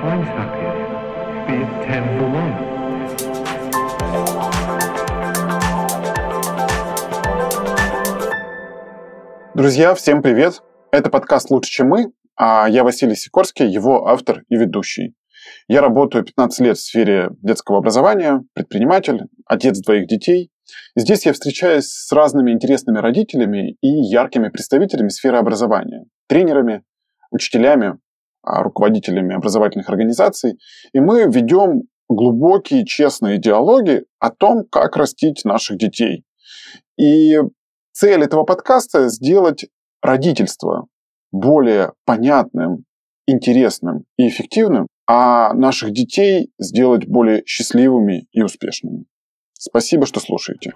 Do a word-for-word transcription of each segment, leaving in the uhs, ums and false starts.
time's happy. Be it ten for one. Друзья, всем привет! Это подкаст «Лучше, чем мы», а я Василий Сикорский, его автор и ведущий. Я работаю пятнадцать лет в сфере детского образования, предприниматель, отец двоих детей. И здесь я встречаюсь с разными интересными родителями и яркими представителями сферы образования, тренерами, учителями, руководителями образовательных организаций. И мы ведем глубокие, честные диалоги о том, как растить наших детей. И цель этого подкаста – сделать родительство более понятным, интересным и эффективным, а наших детей сделать более счастливыми и успешными. Спасибо, что слушаете.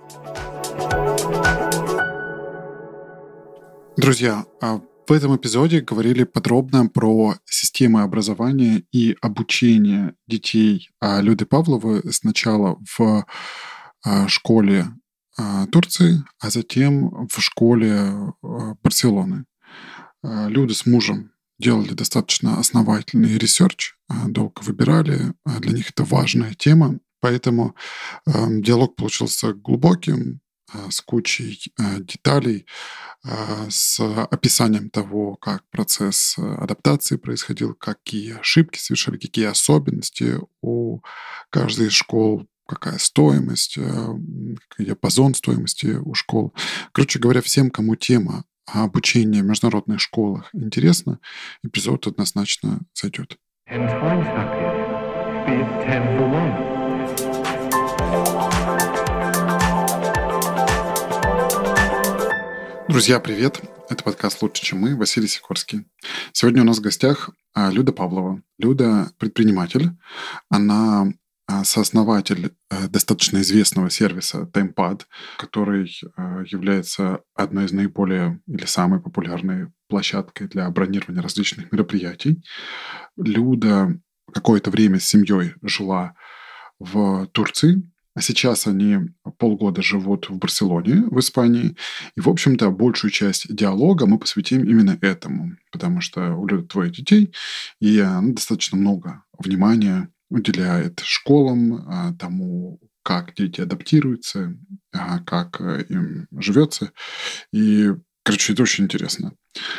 Друзья, в этом эпизоде говорили подробно про системы образования и обучения детей Люды Павловой сначала в школе Турции, а затем в школе Барселоны. Люда с мужем делали достаточно основательный ресерч, долго выбирали, для них это важная тема, поэтому диалог получился глубоким, с кучей деталей, с описанием того, как процесс адаптации происходил, какие ошибки совершали, какие особенности у каждой из школ, какая стоимость, какой диапазон стоимости у школ. Короче говоря, всем, кому тема обучения в международных школах интересна, эпизод однозначно зайдет. Ten times happy. Be it ten for one. Друзья, привет! Это подкаст «Лучше, чем мы», Василий Сикорский. Сегодня у нас в гостях Люда Павлова. Люда – предприниматель. Она сооснователь достаточно известного сервиса TimePad, который является одной из наиболее или самой популярной площадкой для бронирования различных мероприятий. Люда какое-то время с семьей жила в Турции, а сейчас они полгода живут в Барселоне, в Испании. И, в общем-то, большую часть диалога мы посвятим именно этому, потому что у Люды двое детей, и она достаточно много внимания уделяет школам, тому, как дети адаптируются, как им живется. И, короче, это очень интересно.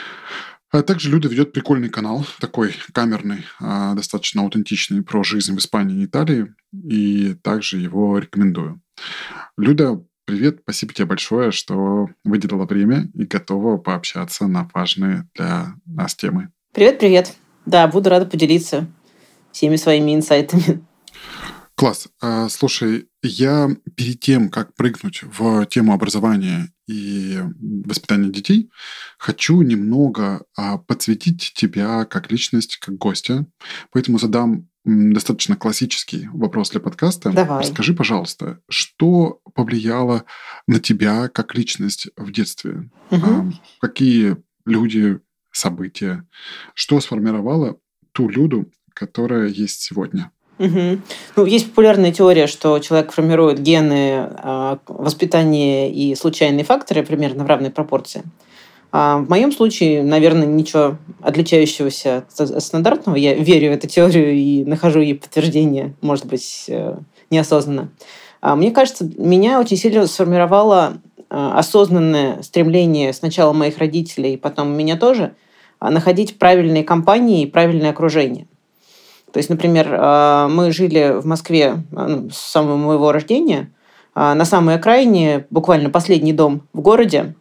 А также Люда ведет прикольный канал, такой камерный, достаточно аутентичный, про жизнь в Испании и Италии, и также его рекомендую. Люда, привет, спасибо тебе большое, что выделила время и готова пообщаться на важные для нас темы. Привет-привет. Да, буду рада поделиться всеми своими инсайтами. Класс. Слушай, я перед тем, как прыгнуть в тему образования и воспитания детей, хочу немного подсветить тебя как личность, как гостя. Поэтому задам достаточно классический вопрос для подкаста. Давай. Расскажи, пожалуйста, что повлияло на тебя как личность в детстве? Угу. Какие люди, события, что сформировало ту Люду, которая есть сегодня? Угу. Ну, есть популярная теория, что человек формирует гены, воспитание и случайные факторы примерно в равной пропорции. А в моем случае, наверное, ничего отличающегося от стандартного. Я верю в эту теорию и нахожу ей подтверждение, может быть, неосознанно. Мне кажется, меня очень сильно сформировало осознанное стремление сначала моих родителей, потом меня тоже, находить правильные компании и правильное окружение. То есть, например, мы жили в Москве с самого моего рождения, на самой окраине, буквально последний дом в городе.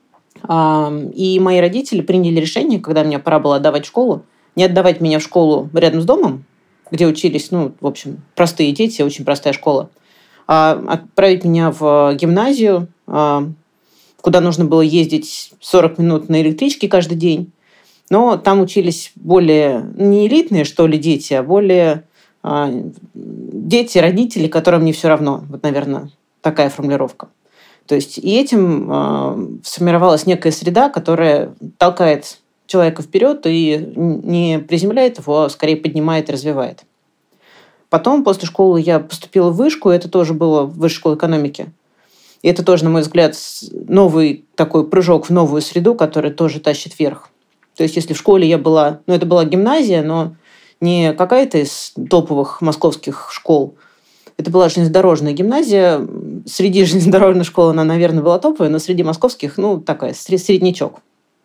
И мои родители приняли решение, когда мне пора было отдавать в школу, не отдавать меня в школу рядом с домом, где учились, ну, в общем, простые дети, очень простая школа, а отправить меня в гимназию, куда нужно было ездить сорок минут на электричке каждый день. Но там учились более не элитные, что ли, дети, а более э, дети, родители, которым не все равно. Вот, наверное, такая формулировка. То есть и этим э, сформировалась некая среда, которая толкает человека вперед и не приземляет его, а скорее поднимает и развивает. Потом, после школы, я поступила в вышку, это тоже было высшая школа экономики. И это тоже, на мой взгляд, новый такой прыжок в новую среду, который тоже тащит вверх. То есть, если в школе я была... Ну, это была гимназия, но не какая-то из топовых московских школ. Это была железнодорожная гимназия. Среди железнодорожных школ она, наверное, была топовая, но среди московских, ну, такая, среднячок.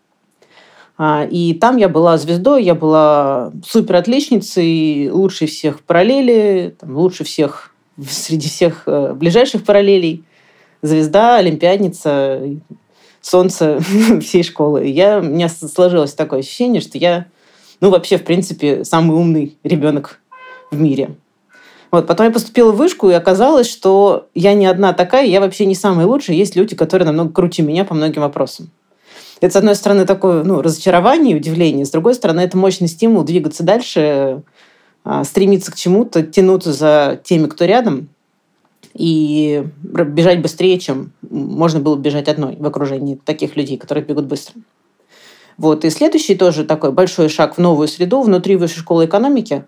И там я была звездой, я была суперотличницей, лучшей всех параллели, там, лучше всех среди всех ближайших параллелей. Звезда, олимпиадница, солнце всей школы. И я, у меня сложилось такое ощущение, что я, ну, вообще, в принципе, самый умный ребенок в мире. Вот, потом я поступила в вышку, и оказалось, что я не одна такая, я вообще не самая лучшая. Есть люди, которые намного круче меня по многим вопросам. Это, с одной стороны, такое, ну, разочарование и удивление. С другой стороны, это мощный стимул двигаться дальше, стремиться к чему-то, тянуться за теми, кто рядом, и бежать быстрее, чем можно было бежать одной в окружении таких людей, которые бегут быстро. Вот. И следующий тоже такой большой шаг в новую среду внутри Высшей школы экономики.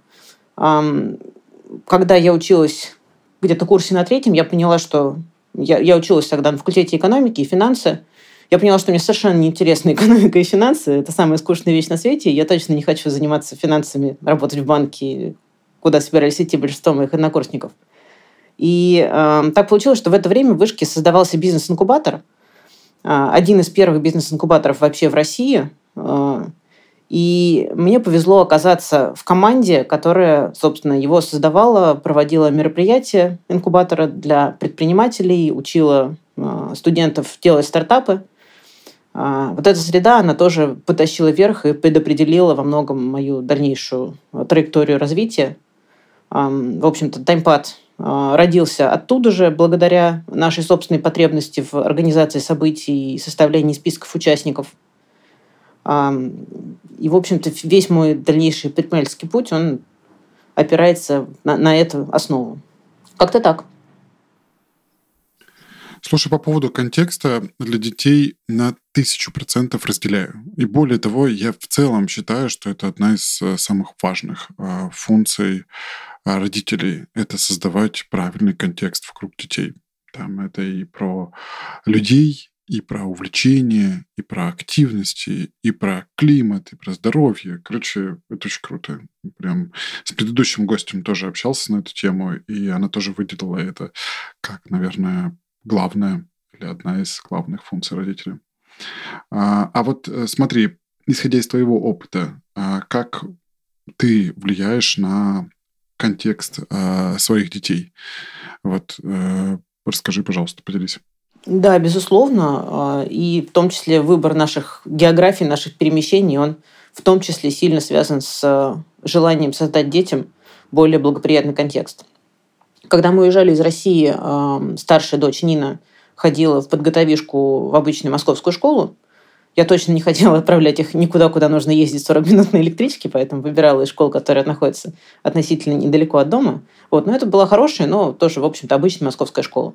Когда я училась где-то в курсе на третьем, я поняла, что... Я, я училась тогда на факультете экономики и финансы. Я поняла, что мне совершенно неинтересна экономика и финансы. Это самая скучная вещь на свете. Я точно не хочу заниматься финансами, работать в банке, куда собирались идти большинство моих однокурсников. И э, так получилось, что в это время в Вышке создавался бизнес-инкубатор. Э, один из первых бизнес-инкубаторов вообще в России. Э, и мне повезло оказаться в команде, которая, собственно, его создавала, проводила мероприятия инкубатора для предпринимателей, учила э, студентов делать стартапы. Э, вот эта среда, она тоже потащила вверх и предопределила во многом мою дальнейшую траекторию развития. Э, в общем-то, таймпад родился оттуда же, благодаря нашей собственной потребности в организации событий и составлении списков участников. И, в общем-то, весь мой дальнейший предпринимательский путь, он опирается на, на эту основу. Как-то так. Слушай, по поводу контекста для детей на тысячу процентов разделяю. И более того, я в целом считаю, что это одна из самых важных функций родителей – это создавать правильный контекст вокруг детей. Там это и про людей, и про увлечения, и про активности, и про климат, и про здоровье. Короче, это очень круто. Прям с предыдущим гостем тоже общался на эту тему, и она тоже выделила это как, наверное, главная или одна из главных функций родителя. А, а вот смотри, исходя из твоего опыта, как ты влияешь на контекст э, своих детей? Вот э, расскажи, пожалуйста, поделись. Да, безусловно. И в том числе выбор наших географий, наших перемещений, он в том числе сильно связан с желанием создать детям более благоприятный контекст. Когда мы уезжали из России, э, старшая дочь Нина ходила в подготовишку в обычную московскую школу. Я точно не хотела отправлять их никуда, куда нужно ездить сорок минут на электричке, поэтому выбирала из школ, которая находится относительно недалеко от дома. Вот. Но это была хорошая, но тоже, в общем-то, обычная московская школа.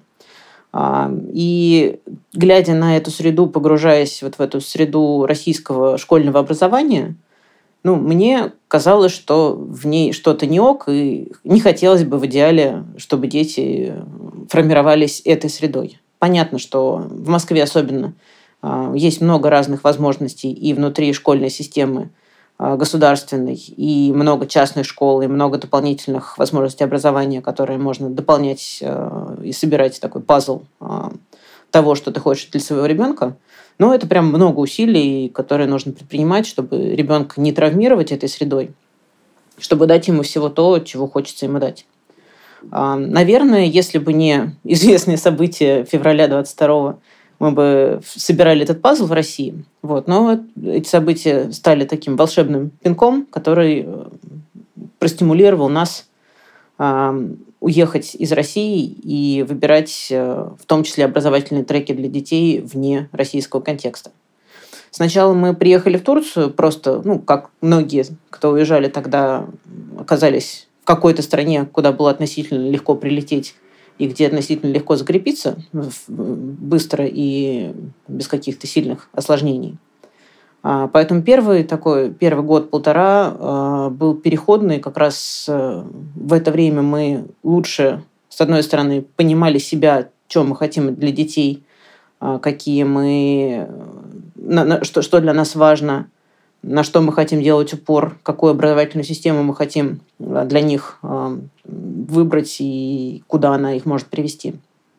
И глядя на эту среду, погружаясь вот в эту среду российского школьного образования, ну, мне казалось, что в ней что-то не ок, и не хотелось бы в идеале, чтобы дети формировались этой средой. Понятно, что в Москве особенно есть много разных возможностей и внутри школьной системы государственной, и много частных школ, и много дополнительных возможностей образования, которые можно дополнять и собирать такой пазл того, что ты хочешь для своего ребенка. Но это прям много усилий, которые нужно предпринимать, чтобы ребенка не травмировать этой средой, чтобы дать ему всего то, чего хочется ему дать. Наверное, если бы не известные события февраля двадцать второго, мы бы собирали этот пазл в России. Вот. Но эти события стали таким волшебным пинком, который простимулировал нас уехать из России и выбирать в том числе образовательные треки для детей вне российского контекста. Сначала мы приехали в Турцию, просто, ну, как многие, кто уезжали тогда, оказались в какой-то стране, куда было относительно легко прилететь и где относительно легко закрепиться быстро и без каких-то сильных осложнений. Поэтому первый такой, первый год-полтора был переходный. Как раз в это время мы лучше, с одной стороны, понимали себя, что мы хотим для детей, какие мы, что, что для нас важно, на что мы хотим делать упор, какую образовательную систему мы хотим для них выбрать и куда она их может привести.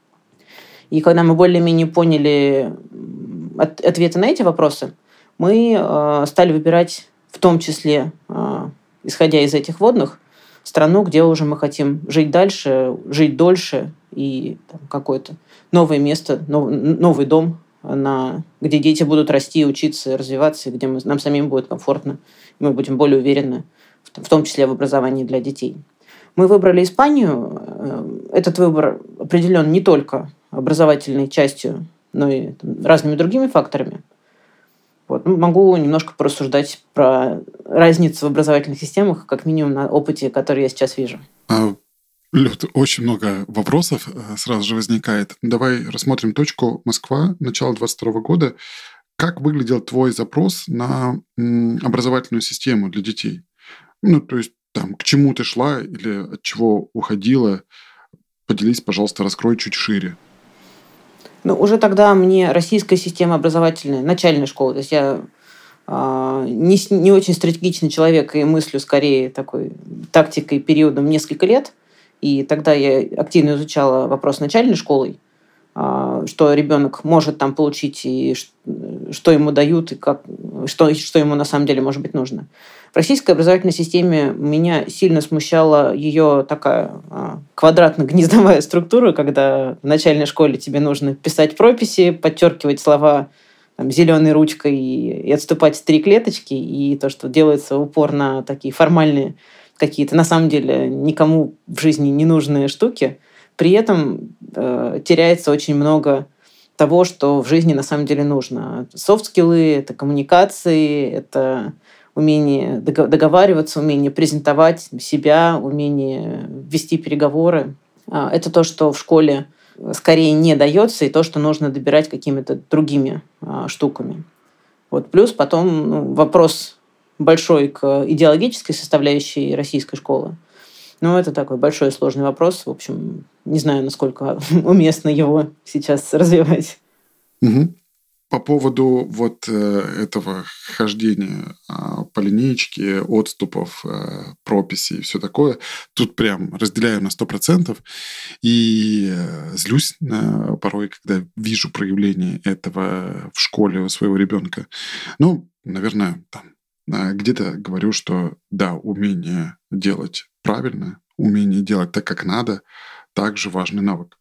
И когда мы более-менее поняли ответы на эти вопросы, мы стали выбирать, в том числе, исходя из этих вводных, страну, где уже мы хотим жить дальше, жить дольше и там, какое-то новое место, нов, новый дом, на, где дети будут расти, учиться, развиваться, где мы, нам самим будет комфортно, и мы будем более уверены, в, в том числе в образовании для детей. Мы выбрали Испанию. Этот выбор определен не только образовательной частью, но и там, разными другими факторами. Вот. Могу немножко порассуждать про разницу в образовательных системах, как минимум на опыте, который я сейчас вижу. А, Люд, очень много вопросов сразу же возникает. Давай рассмотрим точку Москва, начало двадцать второго года. Как выглядел твой запрос на м, образовательную систему для детей? Ну, то есть, там, к чему ты шла или от чего уходила? Поделись, пожалуйста, раскрой чуть шире. Ну, уже тогда мне российская система образовательная, начальная школа, то есть я э, не, не очень стратегичный человек и мыслю скорее такой тактикой периодом несколько лет, и тогда я активно изучала вопрос начальной школы, э, что ребенок может там получить, и что ему дают, и как, что, что ему на самом деле может быть нужно. В российской образовательной системе меня сильно смущала ее такая а, квадратно-гнездовая структура, когда в начальной школе тебе нужно писать прописи, подчеркивать слова там, зеленой ручкой и, и отступать в три клеточки, и то, что делается упор на такие формальные какие-то, на самом деле, никому в жизни не нужные штуки. При этом э, теряется очень много того, что в жизни на самом деле нужно. Софт-скиллы, это коммуникации, это умение договариваться, умение презентовать себя, умение вести переговоры. Это то, что в школе скорее не дается, и то, что нужно добирать какими-то другими штуками. Вот. Плюс потом ну, вопрос большой к идеологической составляющей российской школы. Ну, это такой большой и сложный вопрос. В общем, не знаю, насколько уместно его сейчас развивать. Угу. По поводу вот этого хождения по линеечке, отступов, прописей и все такое, тут прям разделяю на сто процентов и злюсь порой, когда вижу проявление этого в школе у своего ребенка. Ну, наверное, там где-то говорю, что да, умение делать правильно, умение делать так, как надо, также важный навык.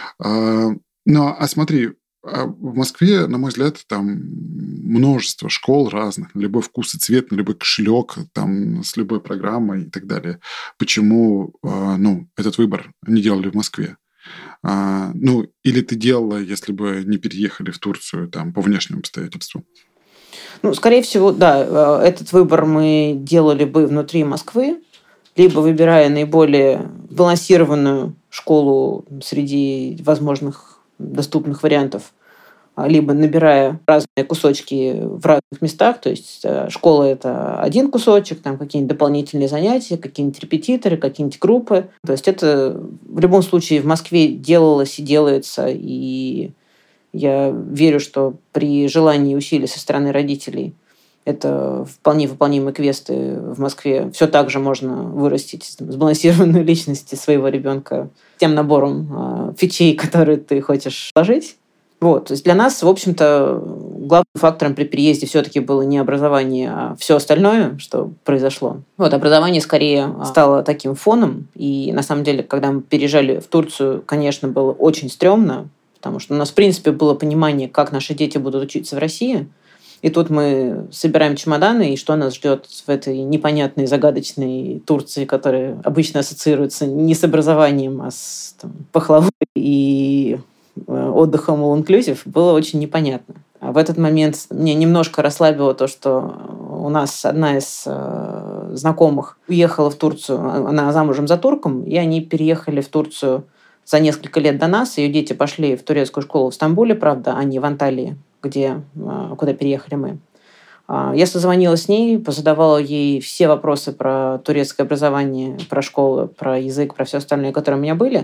Ну, а смотри, в Москве, на мой взгляд, там множество школ разных, на любой вкус и цвет, на любой кошелек, там, с любой программой и так далее. Почему ну, этот выбор не делали в Москве? Ну, или ты делала, если бы не переехали в Турцию там, по внешним обстоятельствам? Ну, скорее всего, да, этот выбор мы делали бы внутри Москвы, либо выбирая наиболее балансированную школу среди возможных доступных вариантов, либо набирая разные кусочки в разных местах. То есть школа – это один кусочек, там какие-нибудь дополнительные занятия, какие-нибудь репетиторы, какие-нибудь группы. То есть это в любом случае в Москве делалось и делается, и я верю, что при желании и усилии со стороны родителей это вполне выполнимые квесты в Москве. Все так же можно вырастить сбалансированную личность своего ребенка тем набором э, фичей, которые ты хочешь сложить. Вот. То есть для нас, в общем-то, главным фактором при переезде все-таки было не образование, а все остальное, что произошло. Вот. Образование скорее стало таким фоном. И на самом деле, когда мы переезжали в Турцию, конечно, было очень стрёмно, потому что у нас, в принципе, было понимание, как наши дети будут учиться в России. И тут мы собираем чемоданы, и что нас ждет в этой непонятной, загадочной Турции, которая обычно ассоциируется не с образованием, а с там, пахлавой и отдыхом all-inclusive, было очень непонятно. А в этот момент мне немножко расслабило то, что у нас одна из э, знакомых уехала в Турцию, она замужем за турком, и они переехали в Турцию за несколько лет до нас. Ее дети пошли в турецкую школу в Стамбуле, правда, а не в Анталии, где, куда переехали мы. Я созвонилась с ней, позадавала ей все вопросы про турецкое образование, про школу, про язык, про все остальное, которые у меня были.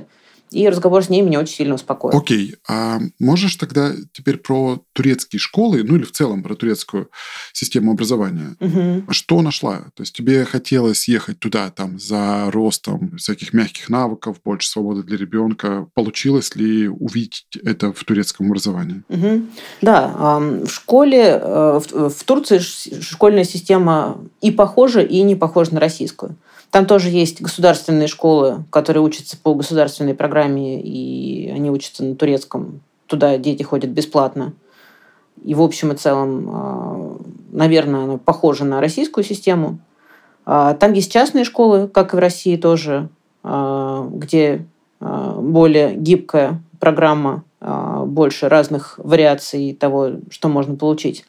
И разговор с ней меня очень сильно успокоил. Окей. А можешь тогда теперь про турецкие школы, ну или в целом про турецкую систему образования? Угу. Что нашла? То есть тебе хотелось ехать туда там за ростом всяких мягких навыков, больше свободы для ребенка. Получилось ли увидеть это в турецком образовании? Угу. Да, в школе, в Турции школьная система и похожа, и не похожа на российскую. Там тоже есть государственные школы, которые учатся по государственной программе, и они учатся на турецком. Туда дети ходят бесплатно. И в общем и целом, наверное, она похожа на российскую систему. Там есть частные школы, как и в России тоже, где более гибкая программа, больше разных вариаций того, что можно получить.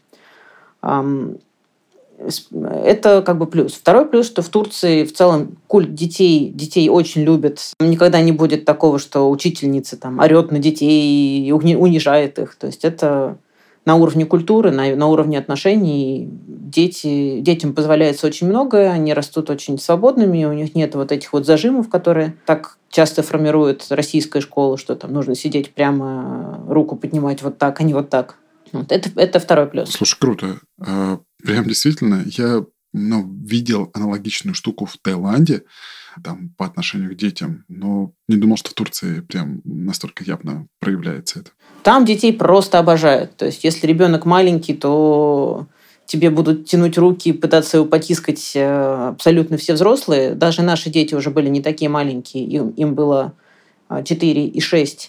Это как бы плюс. Второй плюс, что в Турции в целом культ детей, детей очень любят. Никогда не будет такого, что учительница там орет на детей и унижает их. То есть это на уровне культуры, на, на уровне отношений. Дети, детям позволяется очень многое, они растут очень свободными, у них нет вот этих вот зажимов, которые так часто формирует российская школа, что там нужно сидеть прямо, руку поднимать вот так, а не вот так. Вот это, это второй плюс. Слушай, круто. Прям действительно, я ну, видел аналогичную штуку в Таиланде, там, по отношению к детям, но не думал, что в Турции прям настолько явно проявляется это. Там детей просто обожают. То есть, если ребенок маленький, то тебе будут тянуть руки, пытаться его потискать абсолютно все взрослые. Даже наши дети уже были не такие маленькие, им, им было четыре и шесть.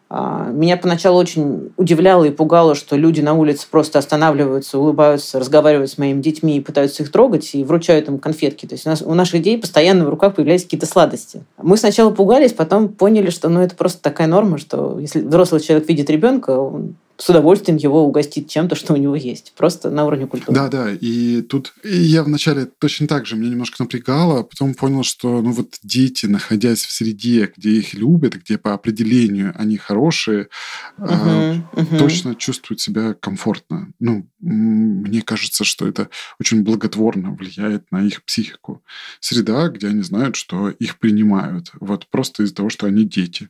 Меня поначалу очень удивляло и пугало, что люди на улице просто останавливаются, улыбаются, разговаривают с моими детьми и пытаются их трогать и вручают им конфетки. То есть у, нас, у наших детей постоянно в руках появляются какие-то сладости. Мы сначала пугались, потом поняли, что ну, это просто такая норма, что если взрослый человек видит ребенка, он с удовольствием его угостит чем-то, что у него есть. Просто на уровне культуры. Да, да. И тут и я вначале точно так же меня немножко напрягало, а потом понял, что ну вот дети, находясь в среде, где их любят, где по определению они хорошие, uh-huh, э, uh-huh. точно чувствуют себя комфортно. Ну, мне кажется, что это очень благотворно влияет на их психику. Среда, где они знают, что их принимают. Вот просто из-за того, что они дети.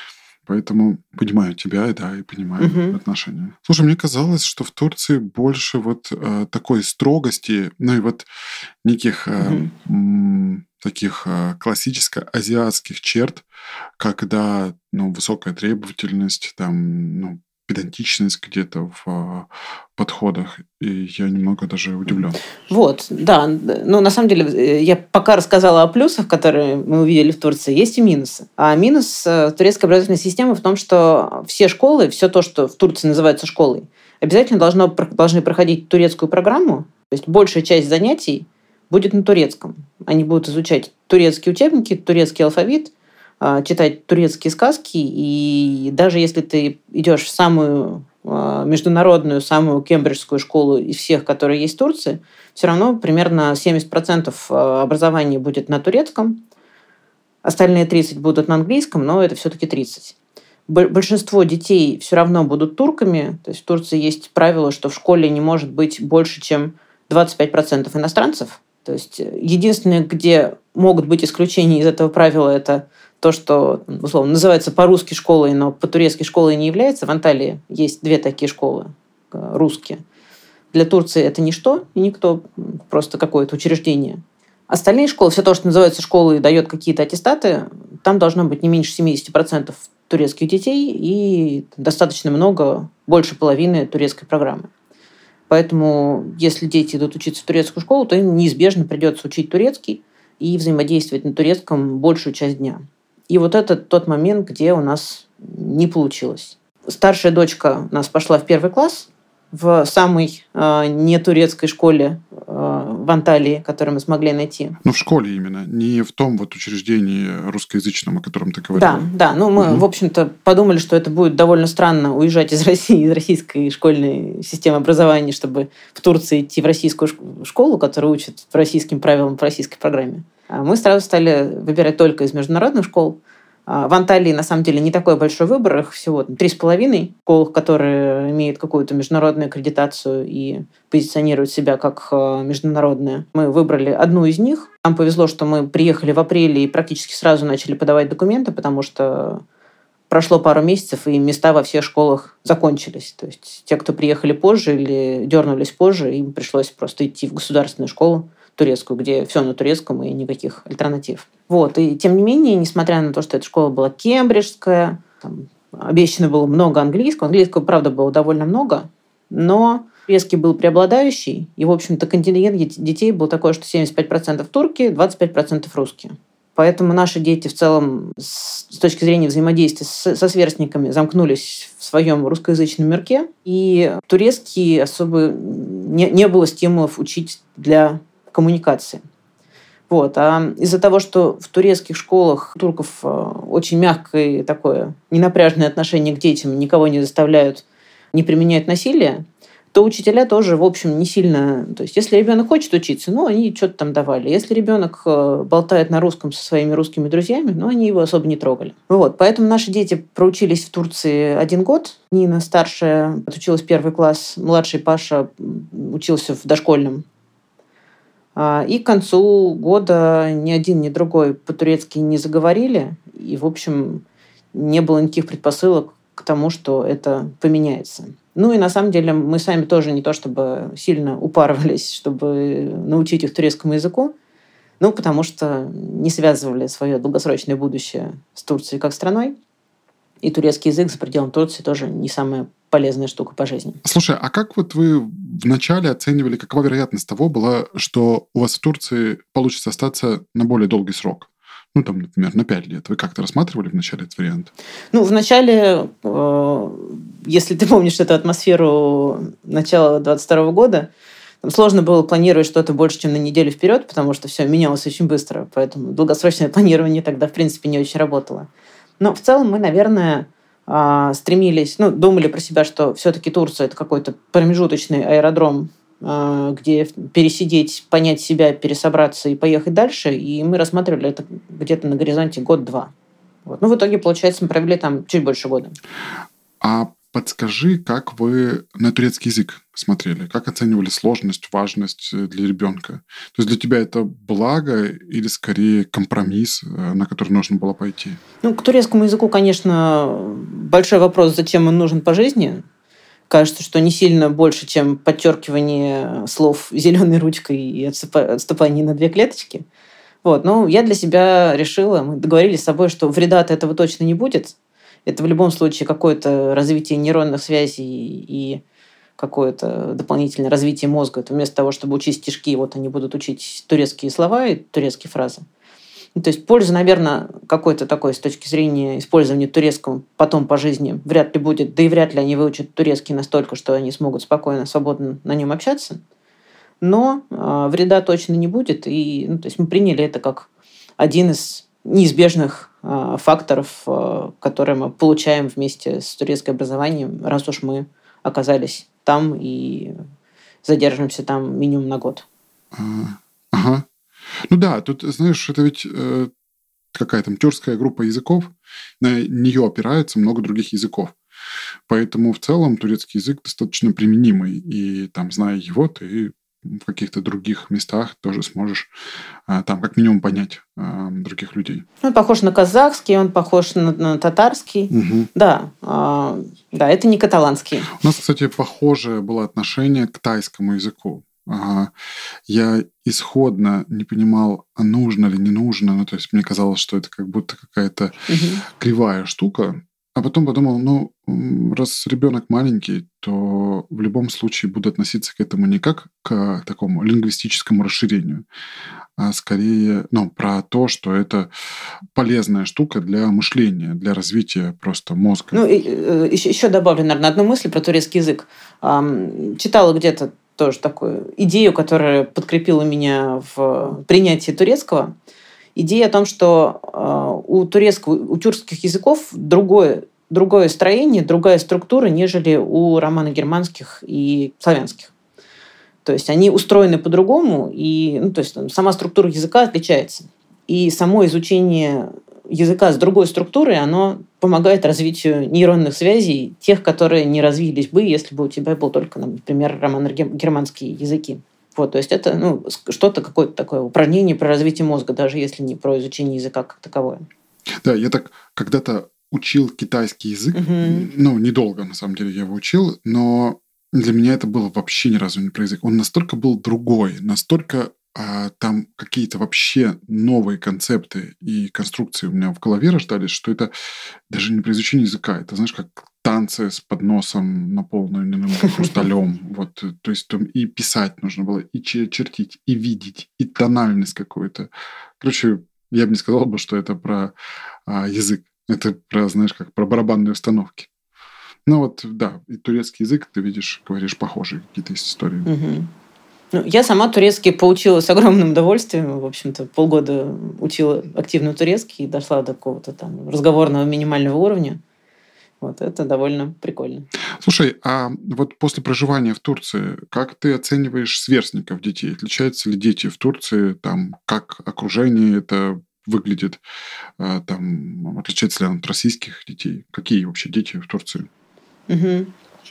Поэтому понимаю тебя, да, и понимаю uh-huh. отношения. Слушай, мне казалось, что в Турции больше вот э, такой строгости, ну и вот неких э, uh-huh. м, таких э, классическо-азиатских черт, когда, ну, высокая требовательность, там, ну, педантичность где-то в э, подходах, и я немного даже удивлен. Вот, да. Ну, на самом деле, я пока рассказала о плюсах, которые мы увидели в Турции, есть и минусы. А минус турецкой образовательной системы в том, что все школы, все то, что в Турции называется школой, обязательно должно, должны проходить турецкую программу, то есть большая часть занятий будет на турецком. Они будут изучать турецкие учебники, турецкий алфавит, читать турецкие сказки, и даже если ты идешь в самую международную, самую кембриджскую школу из всех, которые есть в Турции, все равно примерно семьдесят процентов образования будет на турецком, остальные тридцать процентов будут на английском, но это все-таки тридцать процентов. Большинство детей все равно будут турками, то есть в Турции есть правило, что в школе не может быть больше, чем двадцать пять процентов иностранцев. То есть единственное, где могут быть исключения из этого правила, это то, что, условно, называется по-русски школой, но по-турецки школой не является. В Анталии есть две такие школы русские. Для Турции это ничто и никто, просто какое-то учреждение. Остальные школы, все то, что называется школой, дает какие-то аттестаты, там должно быть не меньше семьдесят процентов турецких детей и достаточно много, больше половины турецкой программы. Поэтому, если дети идут учиться в турецкую школу, то им неизбежно придется учить турецкий и взаимодействовать на турецком большую часть дня. И вот это тот момент, где у нас не получилось. Старшая дочка у нас пошла в первый класс в самой э, нетурецкой школе э, в Анталии, которую мы смогли найти. Ну, в школе именно, не в том вот учреждении русскоязычном, о котором ты говорила. Да, да. Ну, мы, угу. в общем-то, подумали, что это будет довольно странно уезжать из России, из российской школьной системы образования, чтобы в Турции идти в российскую школу, которая учит по российским правилам, по российской программе. Мы сразу стали выбирать только из международных школ. В Анталии, на самом деле, не такой большой выбор. Их всего три с половиной школ, которые имеют какую-то международную аккредитацию и позиционируют себя как международные. Мы выбрали одну из них. Нам повезло, что мы приехали в апреле и практически сразу начали подавать документы, потому что прошло пару месяцев, и места во всех школах закончились. То есть те, кто приехали позже или дернулись позже, им пришлось просто идти в государственную школу турецкую, где все на турецком и никаких альтернатив. Вот. И тем не менее, несмотря на то, что эта школа была кембриджская, там обещано было много английского, английского, правда, было довольно много, но турецкий был преобладающий, и, в общем-то, контингент детей был такой, что семьдесят пять процентов турки, двадцать пять процентов русские. Поэтому наши дети в целом с точки зрения взаимодействия со сверстниками замкнулись в своем русскоязычном мирке, и турецкий особо не, не было стимулов учить для коммуникации. Вот. А из-за того, что в турецких школах у турков очень мягкое такое ненапряжное отношение к детям, никого не заставляют, не применяют насилие, то учителя тоже, в общем, не сильно... То есть, если ребенок хочет учиться, ну, они что-то там давали. Если ребенок болтает на русском со своими русскими друзьями, ну, они его особо не трогали. Вот. Поэтому наши дети проучились в Турции один год. Нина, старшая, отучилась первый класс, младший Паша учился в дошкольном. И к концу года ни один, ни другой по-турецки не заговорили. И, в общем, не было никаких предпосылок к тому, что это поменяется. Ну и на самом деле мы сами тоже не то чтобы сильно упарывались, чтобы научить их турецкому языку, ну потому что не связывали свое долгосрочное будущее с Турцией как страной. И турецкий язык за пределом Турции тоже не самая полезная штука по жизни. Слушай, а как вот вы вначале оценивали, какова вероятность того была, что у вас в Турции получится остаться на более долгий срок? Ну, там, например, на пять лет. Вы как-то рассматривали вначале этот вариант? Ну, вначале, э, если ты помнишь эту атмосферу начала двадцать второго года, там сложно было планировать что-то больше, чем на неделю вперед, потому что все менялось очень быстро, поэтому долгосрочное планирование тогда, в принципе, не очень работало. Но в целом мы, наверное, э, стремились, ну, думали про себя, что все-таки Турция – это какой-то промежуточный аэродром, где пересидеть, понять себя, пересобраться и поехать дальше. И мы рассматривали это где-то на горизонте год-два. Вот. Ну, в итоге, получается, мы провели там чуть больше года. А подскажи, как вы на турецкий язык смотрели? Как оценивали сложность, важность для ребенка? То есть для тебя это благо или скорее компромисс, на который нужно было пойти? Ну, к турецкому языку, конечно, большой вопрос, зачем он нужен по жизни. Кажется, что не сильно больше, чем подчеркивание слов зеленой ручкой и отступание на две клеточки. Вот. Но я для себя решила, мы договорились с собой, что вреда от этого точно не будет. Это в любом случае какое-то развитие нейронных связей и какое-то дополнительное развитие мозга. Это вместо того, чтобы учить стишки, вот они будут учить турецкие слова и турецкие фразы. То есть пользы, наверное, какой-то такой с точки зрения использования турецкого потом по жизни вряд ли будет, да и вряд ли они выучат турецкий настолько, что они смогут спокойно, свободно на нем общаться. Но э, вреда точно не будет. И, ну, то есть мы приняли это как один из неизбежных э, факторов, э, которые мы получаем вместе с турецким образованием, раз уж мы оказались там и задержимся там минимум на год. Ага. Ну да, тут, знаешь, это ведь э, какая там тюркская группа языков, на нее опирается много других языков. Поэтому в целом турецкий язык достаточно применимый. И там, зная его, ты в каких-то других местах тоже сможешь э, там как минимум понять э, других людей. Он похож на казахский, он похож на, на татарский. Угу. Да, э, да, это не каталанский. У нас, кстати, похожее было отношение к тайскому языку. Ага. Я исходно не понимал, а нужно ли, не нужно. Ну, то есть мне казалось, что это как будто какая-то угу. кривая штука. А потом подумал, ну, раз ребенок маленький, то в любом случае буду относиться к этому не как к такому лингвистическому расширению, а скорее, ну, про то, что это полезная штука для мышления, для развития просто мозга. Ну, и, еще, еще добавлю, наверное, одну мысль про турецкий язык. Читала где-то тоже такую идею, которая подкрепила меня в принятии турецкого. Идея о том, что у турецкого, у тюркских языков другое, другое строение, другая структура, нежели у романо-германских и славянских. То есть они устроены по-другому, и ну, то есть, сама структура языка отличается. И само изучение языка с другой структурой, оно помогает развитию нейронных связей, тех, которые не развились бы, если бы у тебя был только, например, романо-германские языки. Вот, то есть это ну, что-то, какое-то такое упражнение про развитие мозга, даже если не про изучение языка как таковое. Да, я так когда-то учил китайский язык. Мгм. Ну, недолго, на самом деле, я его учил, но для меня это было вообще ни разу не про язык. Он настолько был другой, настолько а, там какие-то вообще новые концепты и конструкции у меня в голове рождались, что это даже не про изучение языка. Это, знаешь, как танцы с подносом, наполненным хрусталем. Вот, э, то есть там и писать нужно было, и че- чертить, и видеть, и тональность какую-то. Короче, я бы не сказал бы, что это про а, язык. Это про, знаешь, как про барабанные установки. Ну вот, да, и турецкий язык, ты видишь, говоришь, похожие какие-то есть истории. Мгм. Ну, я сама турецкий поучила с огромным удовольствием. В общем-то, полгода учила активно турецкий и дошла до какого-то там разговорного минимального уровня. Вот это довольно прикольно. Слушай, а вот после проживания в Турции, как ты оцениваешь сверстников детей? Отличаются ли дети в Турции? Там, как окружение это выглядит? А, Там, отличается ли оно от российских детей? Какие вообще дети в Турции? Мгм.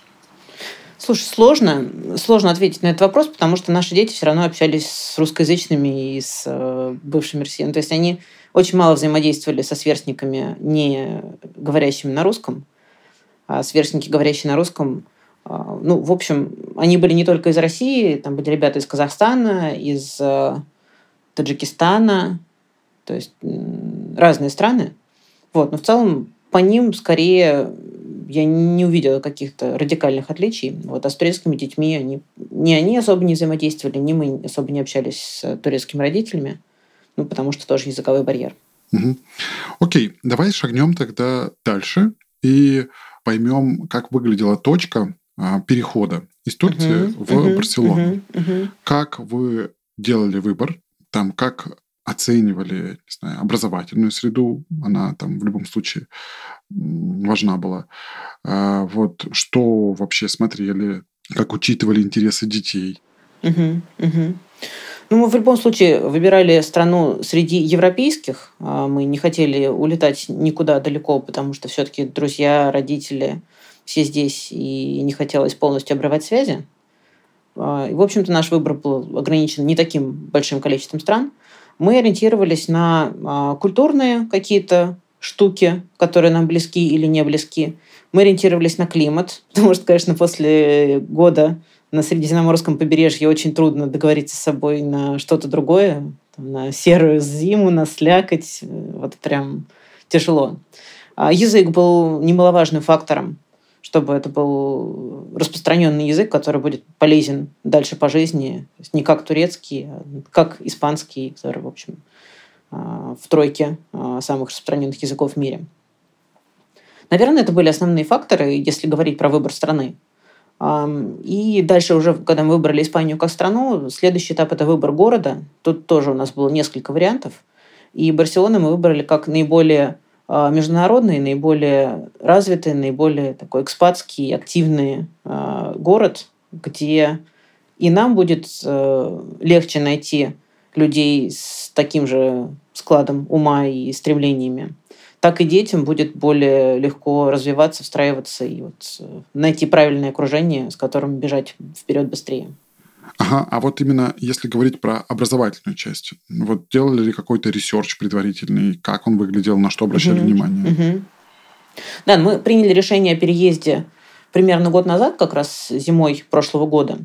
Слушай, сложно, сложно ответить на этот вопрос, потому что наши дети все равно общались с русскоязычными и с э, бывшими россиянами. То есть они очень мало взаимодействовали со сверстниками, не говорящими на русском, а сверстники, говорящие на русском, а, ну, в общем, они были не только из России, там были ребята из Казахстана, из э, Таджикистана, то есть м, разные страны. Вот, но в целом по ним скорее я не увидела каких-то радикальных отличий. Вот, а с турецкими детьми они, ни они особо не взаимодействовали, ни мы особо не общались с турецкими родителями, ну, потому что тоже языковой барьер. Мгм. Окей, давай шагнем тогда дальше и поймем, как выглядела точка а, перехода из Турции Мгм, в мгм, Барселону. мгм, мгм. Как вы делали выбор, там, как оценивали, не знаю, образовательную среду, она там в любом случае м, важна была. А, вот что вообще смотрели, как учитывали интересы детей. Мгм, мгм. Ну, мы в любом случае выбирали страну среди европейских. А, Мы не хотели улетать никуда далеко, потому что все-таки друзья, родители все здесь, и не хотелось полностью обрывать связи. А, И, в общем-то, наш выбор был ограничен не таким большим количеством стран. Мы ориентировались на а, культурные какие-то штуки, которые нам близки или не близки. Мы ориентировались на климат, потому что, конечно, после года на Средиземноморском побережье очень трудно договориться с собой на что-то другое, там, на серую зиму, на слякоть. э, Вот прям тяжело. А Язык был немаловажным фактором, чтобы это был распространенный язык, который будет полезен дальше по жизни. То есть не как турецкий, а как испанский, который, в общем, а, в тройке а, самых распространенных языков в мире. Наверное, это были основные факторы, если говорить про выбор страны. Ам, И дальше уже, когда мы выбрали Испанию как страну, следующий этап – это выбор города. Тут тоже у нас было несколько вариантов. И Барселону мы выбрали как наиболее а, международный, наиболее развитый, наиболее такой экспатский, активный а, город, где и нам будет э, легче найти людей с таким же складом ума и стремлениями, так и детям будет более легко развиваться, встраиваться и вот э, найти правильное окружение, с которым бежать вперед быстрее. Ага, а вот именно если говорить про образовательную часть, вот делали ли какой-то ресерч предварительный, как он выглядел, на что обращали Мгм. внимание? Мгм. Да, мы приняли решение о переезде примерно год назад, как раз зимой прошлого года.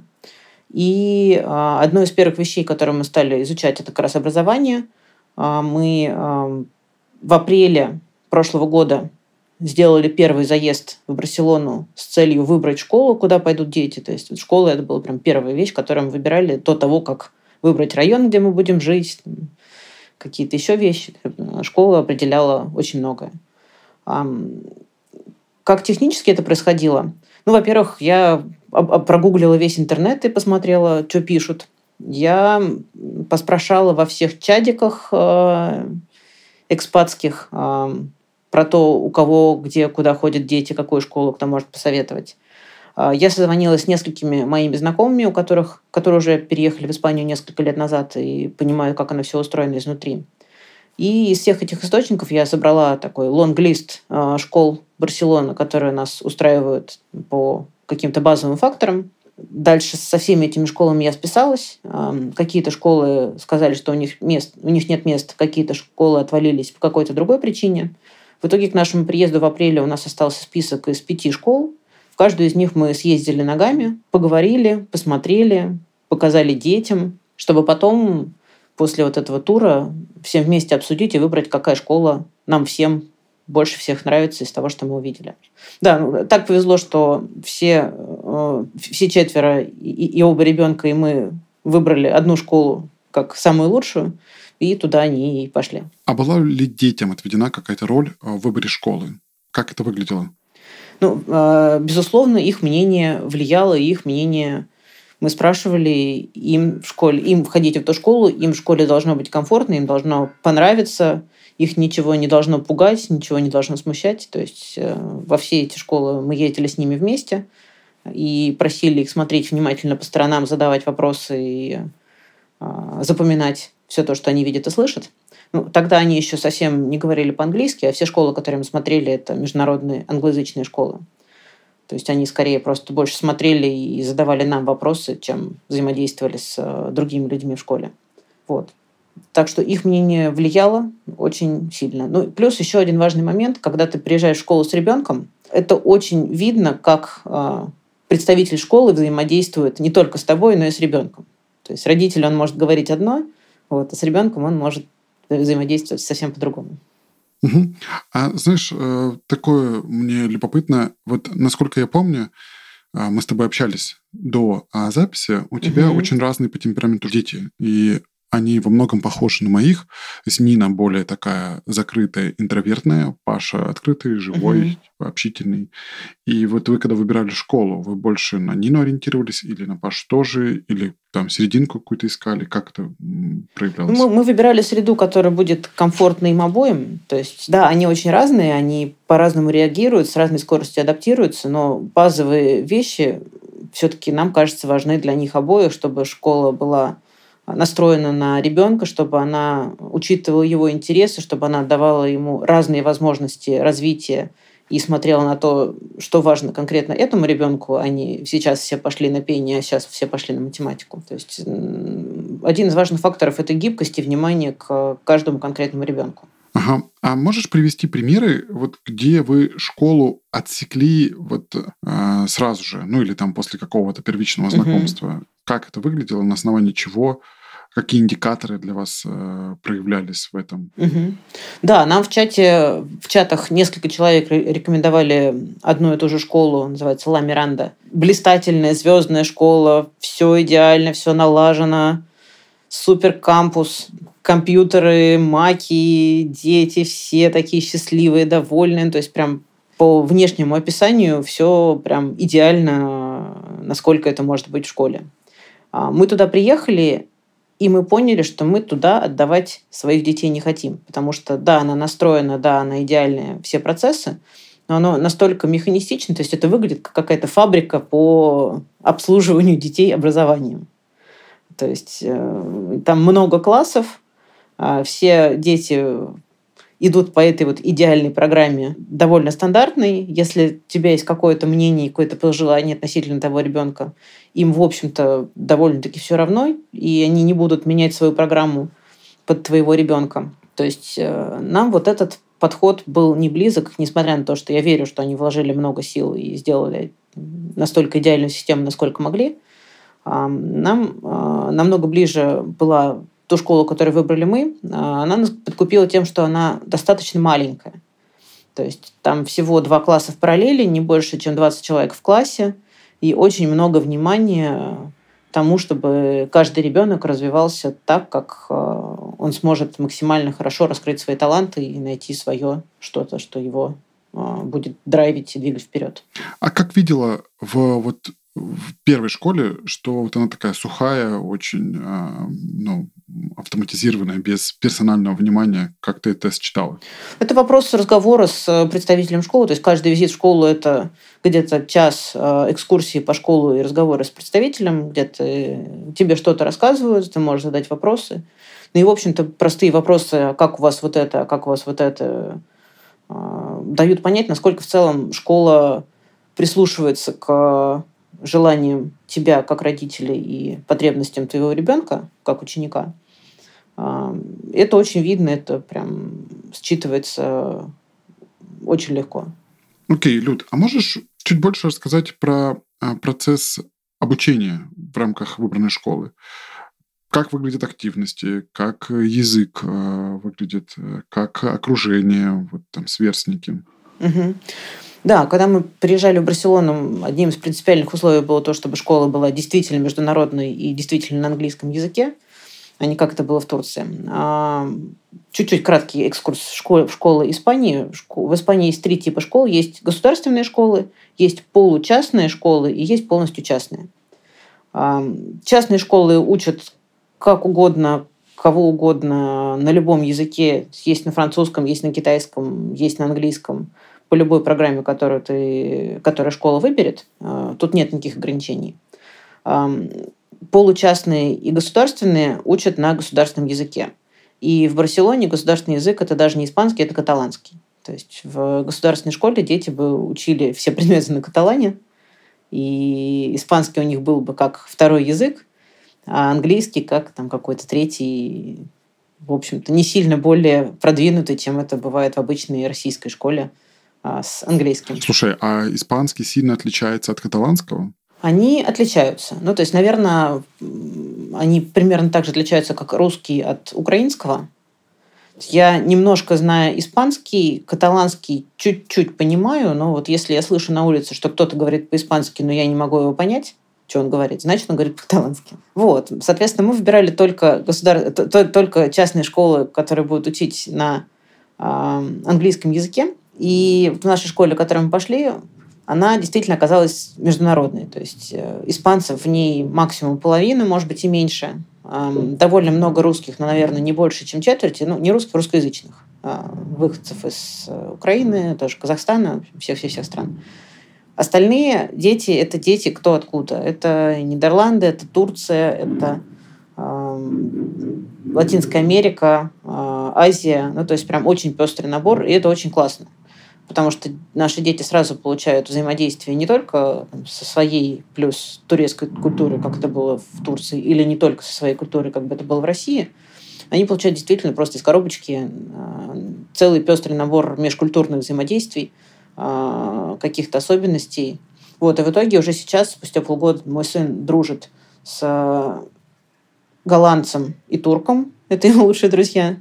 И а, одной из первых вещей, которые мы стали изучать, это как раз образование. А, Мы а, в апреле прошлого года сделали первый заезд в Барселону с целью выбрать школу, куда пойдут дети. То есть вот школа – это была прям первая вещь, которую мы выбирали до того, как выбрать район, где мы будем жить, там, какие-то еще вещи. Школа определяла очень многое. Ам, Как технически это происходило? Ну, во-первых, я об- об- прогуглила весь интернет и посмотрела, что пишут. Я м, поспрашала во всех чадиках э, экспатских э, про то, у кого, где, куда ходят дети, какую школу, кто может посоветовать. А, Я созвонилась с несколькими моими знакомыми, у которых, которые уже переехали в Испанию несколько лет назад и понимают, как оно все устроено изнутри. И из всех этих источников я собрала такой лонг-лист а, школ Барселоны, которые нас устраивают по каким-то базовым факторам. Дальше со всеми этими школами я списалась. Ам, Какие-то школы сказали, что у них, мест, у них нет мест, какие-то школы отвалились по какой-то другой причине. В итоге к нашему приезду в апреле у нас остался список из пяти школ. В каждую из них мы съездили ногами, поговорили, посмотрели, показали детям, чтобы потом после вот этого тура всем вместе обсудить и выбрать, какая школа нам всем больше всех нравится из того, что мы увидели. Да, так повезло, что все, все четверо, и, и оба ребенка, и мы выбрали одну школу как самую лучшую, и туда они и пошли. А была ли детям отведена какая-то роль в выборе школы? Как это выглядело? Ну, безусловно, их мнение влияло, и их мнение... Мы спрашивали им в школе, им входить в эту школу, им в школе должно быть комфортно, им должно понравиться, их ничего не должно пугать, ничего не должно смущать. То есть во все эти школы мы ездили с ними вместе и просили их смотреть внимательно по сторонам, задавать вопросы и запоминать все то, что они видят и слышат. Ну, тогда они еще совсем не говорили по-английски, а все школы, которые мы смотрели, это международные англоязычные школы. То есть они скорее просто больше смотрели и задавали нам вопросы, чем взаимодействовали с другими людьми в школе. Вот. Так что их мнение влияло очень сильно. Ну, плюс еще один важный момент, когда ты приезжаешь в школу с ребенком, это очень видно, как представитель школы взаимодействует не только с тобой, но и с ребенком. То есть родитель, он может говорить одно, вот, а с ребенком он может взаимодействовать совсем по-другому. Угу. А знаешь, такое мне любопытно, вот насколько я помню, мы с тобой общались до записи, у тебя угу. очень разные по темпераменту дети, и они во многом похожи на моих. То есть Нина более такая закрытая, интровертная, Паша открытый, живой, угу. общительный. И вот вы, когда выбирали школу, вы больше на Нину ориентировались или на Пашу тоже, или там серединку какую-то искали? Как это проявлялось? Мы, мы выбирали среду, которая будет комфортна им обоим. То есть, да, они очень разные, они по-разному реагируют, с разной скоростью адаптируются, но базовые вещи все-таки, нам кажется, важны для них обоих, чтобы школа была настроена на ребенка, чтобы она учитывала его интересы, чтобы она давала ему разные возможности развития и смотрела на то, что важно конкретно этому ребенку, а не сейчас все пошли на пение, а сейчас все пошли на математику. То есть один из важных факторов – это гибкость и внимание к каждому конкретному ребенку. Ага. А можешь привести примеры, вот где вы школу отсекли вот э, сразу же, ну или там после какого-то первичного знакомства? Uh-huh. Как это выглядело, на основании чего? Какие индикаторы для вас э, проявлялись в этом? Угу. Да, нам в чате, в чатах несколько человек рекомендовали одну и ту же школу, называется Ла Миранда. Блистательная, звездная школа, все идеально, все налажено, супер кампус, компьютеры, маки, дети, все такие счастливые, довольные. То есть прям по внешнему описанию все прям идеально, насколько это может быть в школе. Мы туда приехали, и мы поняли, что мы туда отдавать своих детей не хотим. Потому что, да, она настроена, да, она идеальная, все процессы, но она настолько механистична, то есть это выглядит как какая-то фабрика по обслуживанию детей образованием. То есть э, там много классов, э, все дети идут по этой вот идеальной программе, довольно стандартной. Если у тебя есть какое-то мнение, какое-то пожелание относительно того ребенка, им, в общем-то, довольно-таки все равно, и они не будут менять свою программу под твоего ребенка. То есть э, нам вот этот подход был не близок, несмотря на то, что я верю, что они вложили много сил и сделали настолько идеальную систему, насколько могли. Э, нам э, намного ближе была ту школу, которую выбрали мы. Э, она нас подкупила тем, что она достаточно маленькая. То есть там всего два класса в параллели, не больше, чем двадцать человек в классе, и очень много внимания тому, чтобы каждый ребенок развивался так, как он сможет максимально хорошо раскрыть свои таланты и найти свое что-то, что его будет драйвить и двигать вперед. А как видела в, вот, в первой школе, что вот она такая сухая, очень ну, автоматизированная, без персонального внимания, как ты это считала? Это вопрос разговора с представителем школы. То есть каждый визит в школу – это где-то час экскурсии по школе и разговоры с представителем, где-то тебе что-то рассказывают, ты можешь задать вопросы. Ну и, в общем-то, простые вопросы, как у вас вот это, как у вас вот это, дают понять, насколько в целом школа прислушивается к желаниям тебя как родителя и потребностям твоего ребенка как ученика. Это очень видно, это прям считывается очень легко. Окей, Люд, а можешь чуть больше рассказать про процесс обучения в рамках выбранной школы? Как выглядят активности, как язык выглядит, как окружение, вот там сверстники? Угу. Да, когда мы приезжали в Барселону, одним из принципиальных условий было то, чтобы школа была действительно международной и действительно на английском языке, а не как это было в Турции. Чуть-чуть краткий экскурс в школы, в школы Испании. В Испании есть три типа школ. Есть государственные школы, есть получастные школы и есть полностью частные. Частные школы учат как угодно, кого угодно, на любом языке. Есть на французском, есть на китайском, есть на английском. По любой программе, которую, ты, которую школа выберет. Тут нет никаких ограничений. Получастные и государственные учат на государственном языке. И в Барселоне государственный язык – это даже не испанский, это каталанский. То есть в государственной школе дети бы учили все предметы на каталане, и испанский у них был бы как второй язык, а английский как там какой-то третий, в общем-то, не сильно более продвинутый, чем это бывает в обычной российской школе а, с английским. Слушай, а испанский сильно отличается от каталанского? Они отличаются. Ну, то есть, наверное, они примерно так же отличаются, как русский от украинского. Я немножко знаю испанский, каталанский чуть-чуть понимаю, но вот если я слышу на улице, что кто-то говорит по-испански, но я не могу его понять, что он говорит, значит, он говорит по-каталански. Вот. Соответственно, мы выбирали только, государ... только частные школы, которые будут учить на э, английском языке. И в нашей школе, в которой мы пошли, она действительно оказалась международной. То есть э, испанцев в ней максимум половина, может быть, и меньше. Э, довольно много русских, но, наверное, не больше, чем четверти. Ну, не русских, русскоязычных. Э, выходцев из э, Украины, тоже Казахстана, всех-всех-всех стран. Остальные дети – это дети кто откуда. Это Нидерланды, это Турция, это э, Латинская Америка, э, Азия. Ну, то есть прям очень пестрый набор, и это очень классно. Потому что наши дети сразу получают взаимодействие не только там, со своей плюс турецкой культурой, как это было в Турции, или не только со своей культурой, как бы это было в России. Они получают действительно просто из коробочки э, целый пестрый набор межкультурных взаимодействий, каких-то особенностей. Вот, и в итоге уже сейчас, спустя полгода, мой сын дружит с голландцем и турком. Это его лучшие друзья.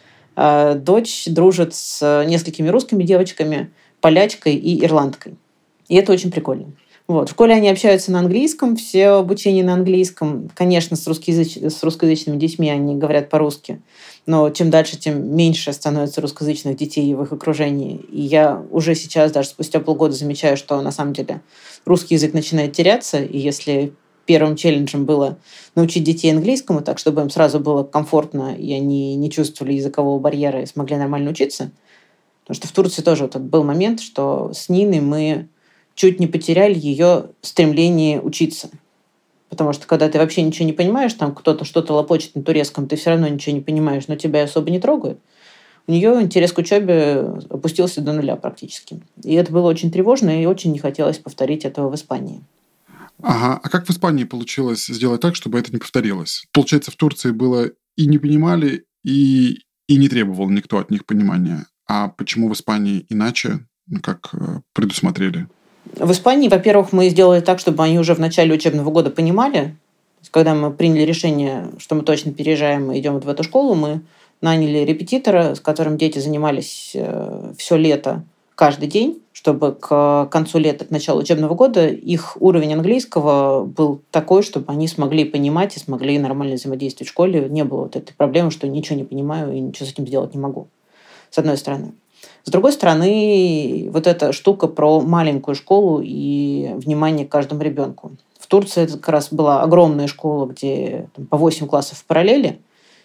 А дочь дружит с несколькими русскими девочками, полячкой и ирландкой. И это очень прикольно. Вот. В школе они общаются на английском, все обучение на английском. Конечно, с, русскоязыч... с русскоязычными детьми они говорят по-русски. Но чем дальше, тем меньше становится русскоязычных детей в их окружении. И я уже сейчас, даже спустя полгода, замечаю, что на самом деле русский язык начинает теряться. И если первым челленджем было научить детей английскому так, чтобы им сразу было комфортно, и они не чувствовали языкового барьера и смогли нормально учиться. Потому что в Турции тоже вот был момент, что с Ниной мы чуть не потеряли ее стремление учиться. Потому что когда ты вообще ничего не понимаешь, там кто-то что-то лопочет на турецком, ты все равно ничего не понимаешь, но тебя особо не трогают, у нее интерес к учебе опустился до нуля практически. И это было очень тревожно, и очень не хотелось повторить этого в Испании. Ага. А как в Испании получилось сделать так, чтобы это не повторилось? Получается, в Турции было и не понимали, и, и не требовал никто от них понимания. А почему в Испании иначе, как предусмотрели? В Испании, во-первых, мы сделали так, чтобы они уже в начале учебного года понимали. Когда мы приняли решение, что мы точно переезжаем и идем вот в эту школу, мы наняли репетитора, с которым дети занимались все лето, каждый день, чтобы к концу лета, к началу учебного года, их уровень английского был такой, чтобы они смогли понимать и смогли нормально взаимодействовать в школе. Не было вот этой проблемы, что ничего не понимаю и ничего с этим сделать не могу. С одной стороны. С другой стороны, вот эта штука про маленькую школу и внимание к каждому ребенку. В Турции это как раз была огромная школа, где там, по восемь классов в параллели,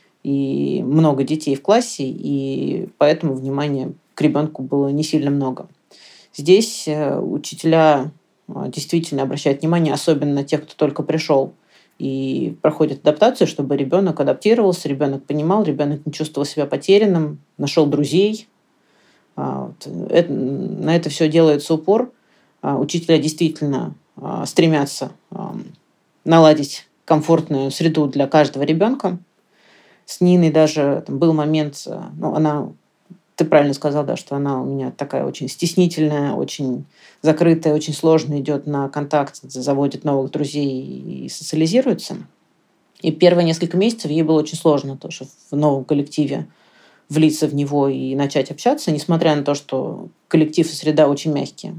и много детей в классе, и поэтому внимания к ребенку было не сильно много. Здесь учителя действительно обращают внимание, особенно на тех, кто только пришел и проходит адаптацию, чтобы ребенок адаптировался, ребенок понимал, ребенок не чувствовал себя потерянным, нашел друзей. Вот. Это, на это все делается упор. Учителя действительно стремятся наладить комфортную среду для каждого ребенка. С Ниной даже там, был момент, ну, она ты правильно сказал, да, что она у меня такая очень стеснительная, очень закрытая, очень сложно идет на контакт, заводит новых друзей и социализируется. И первые несколько месяцев ей было очень сложно тоже в новом коллективе влиться в него и начать общаться, несмотря на то, что коллектив и среда очень мягкие.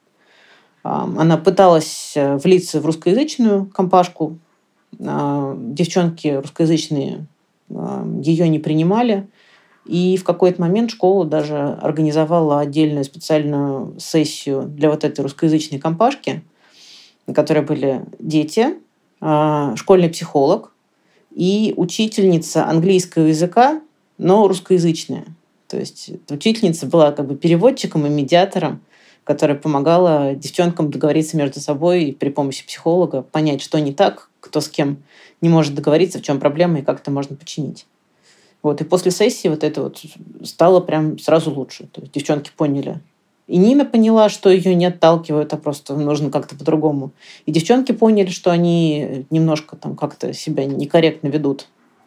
Она пыталась влиться в русскоязычную компашку. Девчонки русскоязычные ее не принимали. И в какой-то момент школа даже организовала отдельную специальную сессию для вот этой русскоязычной компашки, на которой были дети, школьный психолог и учительница английского языка, но русскоязычная. То есть учительница была как бы переводчиком и медиатором, которая помогала девчонкам договориться между собой и при помощи психолога понять, что не так, кто с кем не может договориться, в чем проблема и как это можно починить. Вот. И после сессии вот это вот стало прям сразу лучше. То есть девчонки поняли. И Нина поняла, что ее не отталкивают, а просто нужно как-то по-другому. И девчонки поняли, что они немножко там как-то себя некорректно ведут.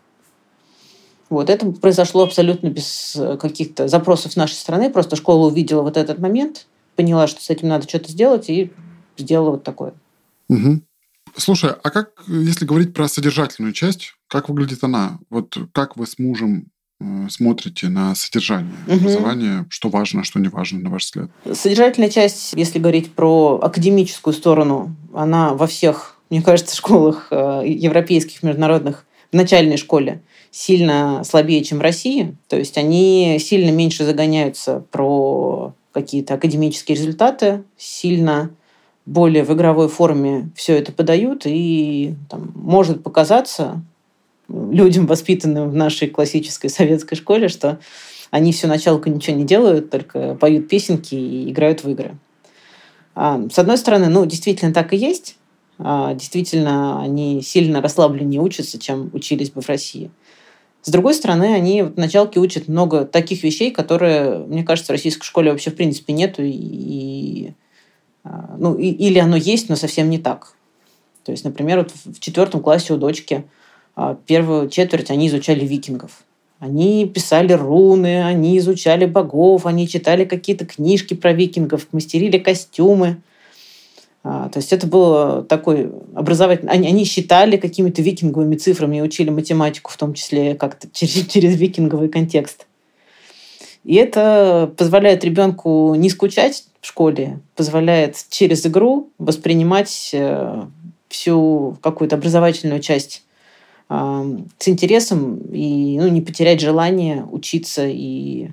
Вот. Это произошло абсолютно без каких-то запросов с нашей стороны. Просто школа увидела вот этот момент, поняла, что с этим надо что-то сделать, и сделала вот такое. Угу. Слушай, а как, если говорить про содержательную часть, как выглядит она? Вот как вы с мужем э, смотрите на содержание угу. образования? Что важно, что не важно, на ваш взгляд? Содержательная часть, если говорить про академическую сторону, она во всех, мне кажется, школах э, европейских, международных, в начальной школе сильно слабее, чем в России. То есть они сильно меньше загоняются про какие-то академические результаты, сильно более в игровой форме все это подают, и там, может показаться людям, воспитанным в нашей классической советской школе, что они всю началку ничего не делают, только поют песенки и играют в игры. С одной стороны, ну, действительно так и есть. Действительно, они сильно расслабленнее учатся, чем учились бы в России. С другой стороны, они в началке учат много таких вещей, которые, мне кажется, в российской школе вообще в принципе нету. И, ну, и, или оно есть, но совсем не так. То есть, например, вот в четвертом классе у дочки первую четверть они изучали викингов. Они писали руны, они изучали богов, они читали какие-то книжки про викингов, мастерили костюмы. То есть это было такой образовательный... Они, они считали какими-то викинговыми цифрами и учили математику, в том числе как-то через, через викинговый контекст. И это позволяет ребенку не скучать в школе, позволяет через игру воспринимать всю какую-то образовательную часть с интересом и ну, не потерять желание учиться и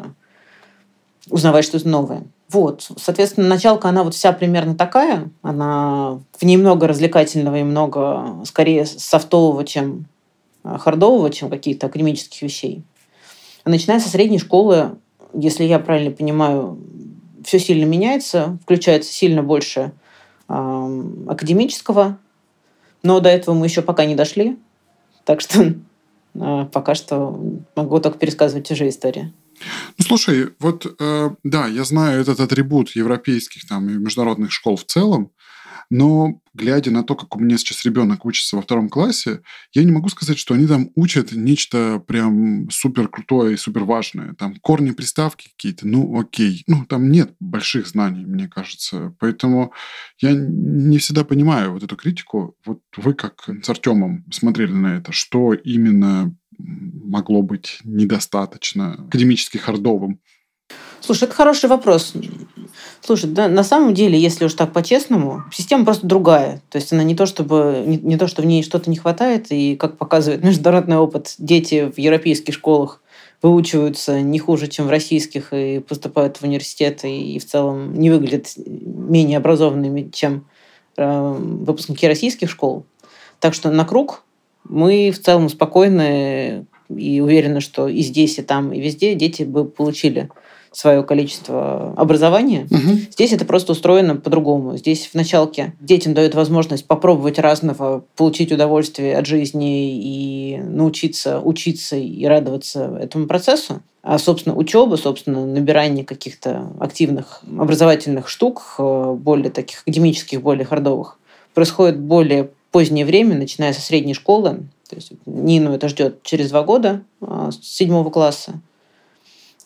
узнавать что-то новое. Вот, соответственно, началка, она вот вся примерно такая. Она в ней много развлекательного и много, скорее, софтового, чем хардового, чем каких-то академических вещей. А начиная со средней школы, если я правильно понимаю, все сильно меняется, включается сильно больше э, академического, но до этого мы еще пока не дошли, так что э, пока что могу только пересказывать чужие истории. Ну, слушай, вот, э, да, я знаю этот атрибут европейских там, и международных школ в целом, но глядя на то, как у меня сейчас ребенок учится во втором классе, я не могу сказать, что они там учат нечто прям супер крутое и супер важное. Там корни, приставки какие-то, ну окей. Ну, там нет больших знаний, мне кажется. Поэтому я не всегда понимаю вот эту критику. Вот вы как с Артемом смотрели на это, что именно могло быть недостаточно академически хардовым? Слушай, это хороший вопрос. Слушай, да, на самом деле, если уж так по-честному, система просто другая. То есть она не то, чтобы, не, не то, что в ней что-то не хватает, и, как показывает международный опыт, дети в европейских школах выучиваются не хуже, чем в российских, и поступают в университеты, и в целом не выглядят менее образованными, чем э, выпускники российских школ. Так что на круг мы в целом спокойны и уверены, что и здесь, и там, и везде дети бы получили свое количество образования. Угу. Здесь это просто устроено по-другому. Здесь в началке детям дают возможность попробовать разного, получить удовольствие от жизни и научиться учиться и радоваться этому процессу. А, собственно, учеба, собственно, набирание каких-то активных образовательных штук, более таких академических, более хардовых, происходит в более позднее время, начиная со средней школы. То есть Нину это ждет через два года, с седьмого класса.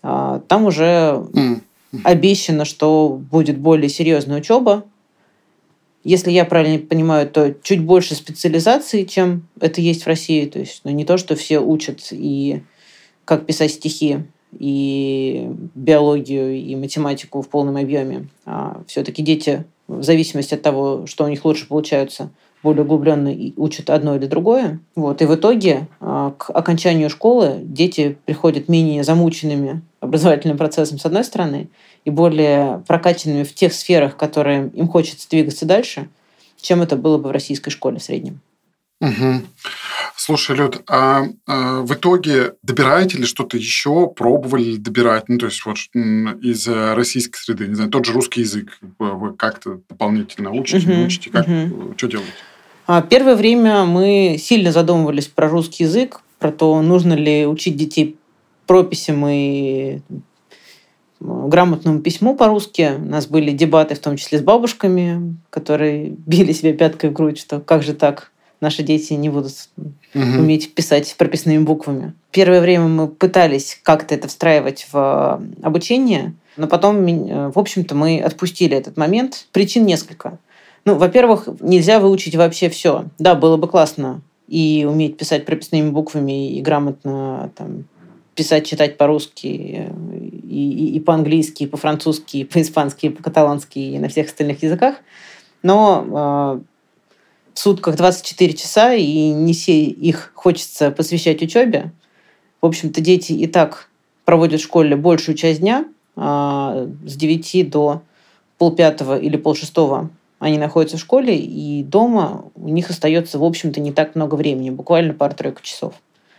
Там уже mm. обещано, что будет более серьезная учеба. Если я правильно понимаю, то чуть больше специализации, чем это есть в России. То есть ну, не то, что все учат и как писать стихи, и биологию, и математику в полном объеме. А все-таки дети, в зависимости от того, что у них лучше получаются, более углубленно учат одно или другое. Вот. И в итоге к окончанию школы дети приходят менее замученными образовательным процессом, с одной стороны, и более прокачанными в тех сферах, которые им хочется двигаться дальше, чем это было бы в российской школе в среднем. Угу. Слушай, Люд, а, а в итоге добираете ли что-то еще, пробовали ли добирать? Ну, то есть вот из российской среды, не знаю, тот же русский язык вы как-то дополнительно учите, угу. не учите? Как, угу. Что делаете? Первое время мы сильно задумывались про русский язык, про то, нужно ли учить детей прописям и грамотному письму по-русски. У нас были дебаты, в том числе с бабушками, которые били себя пяткой в грудь, что как же так, наши дети не будут угу. уметь писать прописными буквами. Первое время мы пытались как-то это встраивать в обучение, но потом, в общем-то, мы отпустили этот момент. Причин несколько. Ну, во-первых, нельзя выучить вообще все. Да, было бы классно и уметь писать прописными буквами, и грамотно там, писать, читать по-русски, и, и, и по-английски, и по-французски, и по-испански, и по-каталански, и на всех остальных языках. Но э, в сутках двадцать четыре часа, и не все их хочется посвящать учебе. В общем-то, дети и так проводят в школе большую часть дня, э, с девяти до полпятого или полшестого они находятся в школе, и дома у них остается, в общем-то, не так много времени, буквально пару-тройку часов.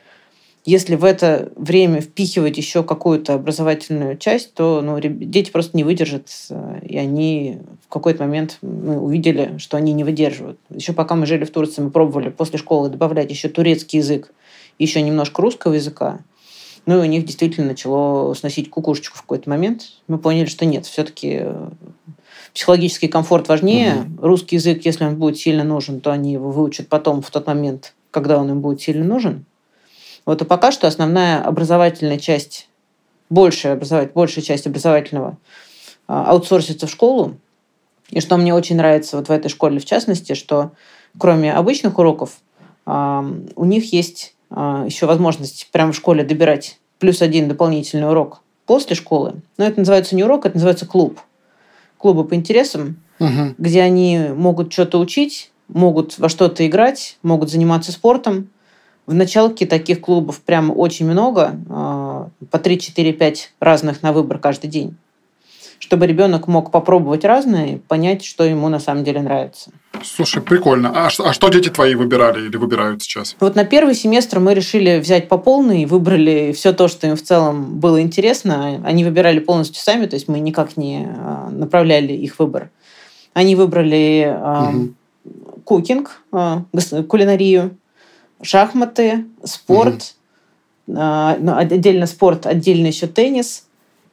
Если в это время впихивать еще какую-то образовательную часть, то ну, дети просто не выдержат, и они в какой-то момент мы увидели, что они не выдерживают. Еще пока мы жили в Турции, мы пробовали после школы добавлять еще турецкий язык, еще немножко русского языка. Ну и у них действительно начало сносить кукушечку в какой-то момент. Мы поняли, что нет, все-таки психологический комфорт важнее. Mm-hmm. Русский язык, если он будет сильно нужен, то они его выучат потом, в тот момент, когда он им будет сильно нужен. Вот и пока что основная образовательная часть, большая, образовать, большая часть образовательного а, аутсорсится в школу. И что мне очень нравится вот в этой школе, в частности, что кроме обычных уроков, а, у них есть а, еще возможность прямо в школе добирать плюс один дополнительный урок после школы. Но это называется не урок, это называется клуб. Клубы по интересам, угу. где они могут что-то учить, могут во что-то играть, могут заниматься спортом. В началке таких клубов прям очень много, по три, четыре, пять разных на выбор каждый день, чтобы ребенок мог попробовать разное и понять, что ему на самом деле нравится. Слушай, прикольно. А что, а что дети твои выбирали или выбирают сейчас? Вот на первый семестр мы решили взять по полной и выбрали все то, что им в целом было интересно. Они выбирали полностью сами, то есть мы никак не направляли их выбор. Они выбрали угу. кукинг, кулинарию, шахматы, спорт, угу. отдельно спорт, отдельно еще теннис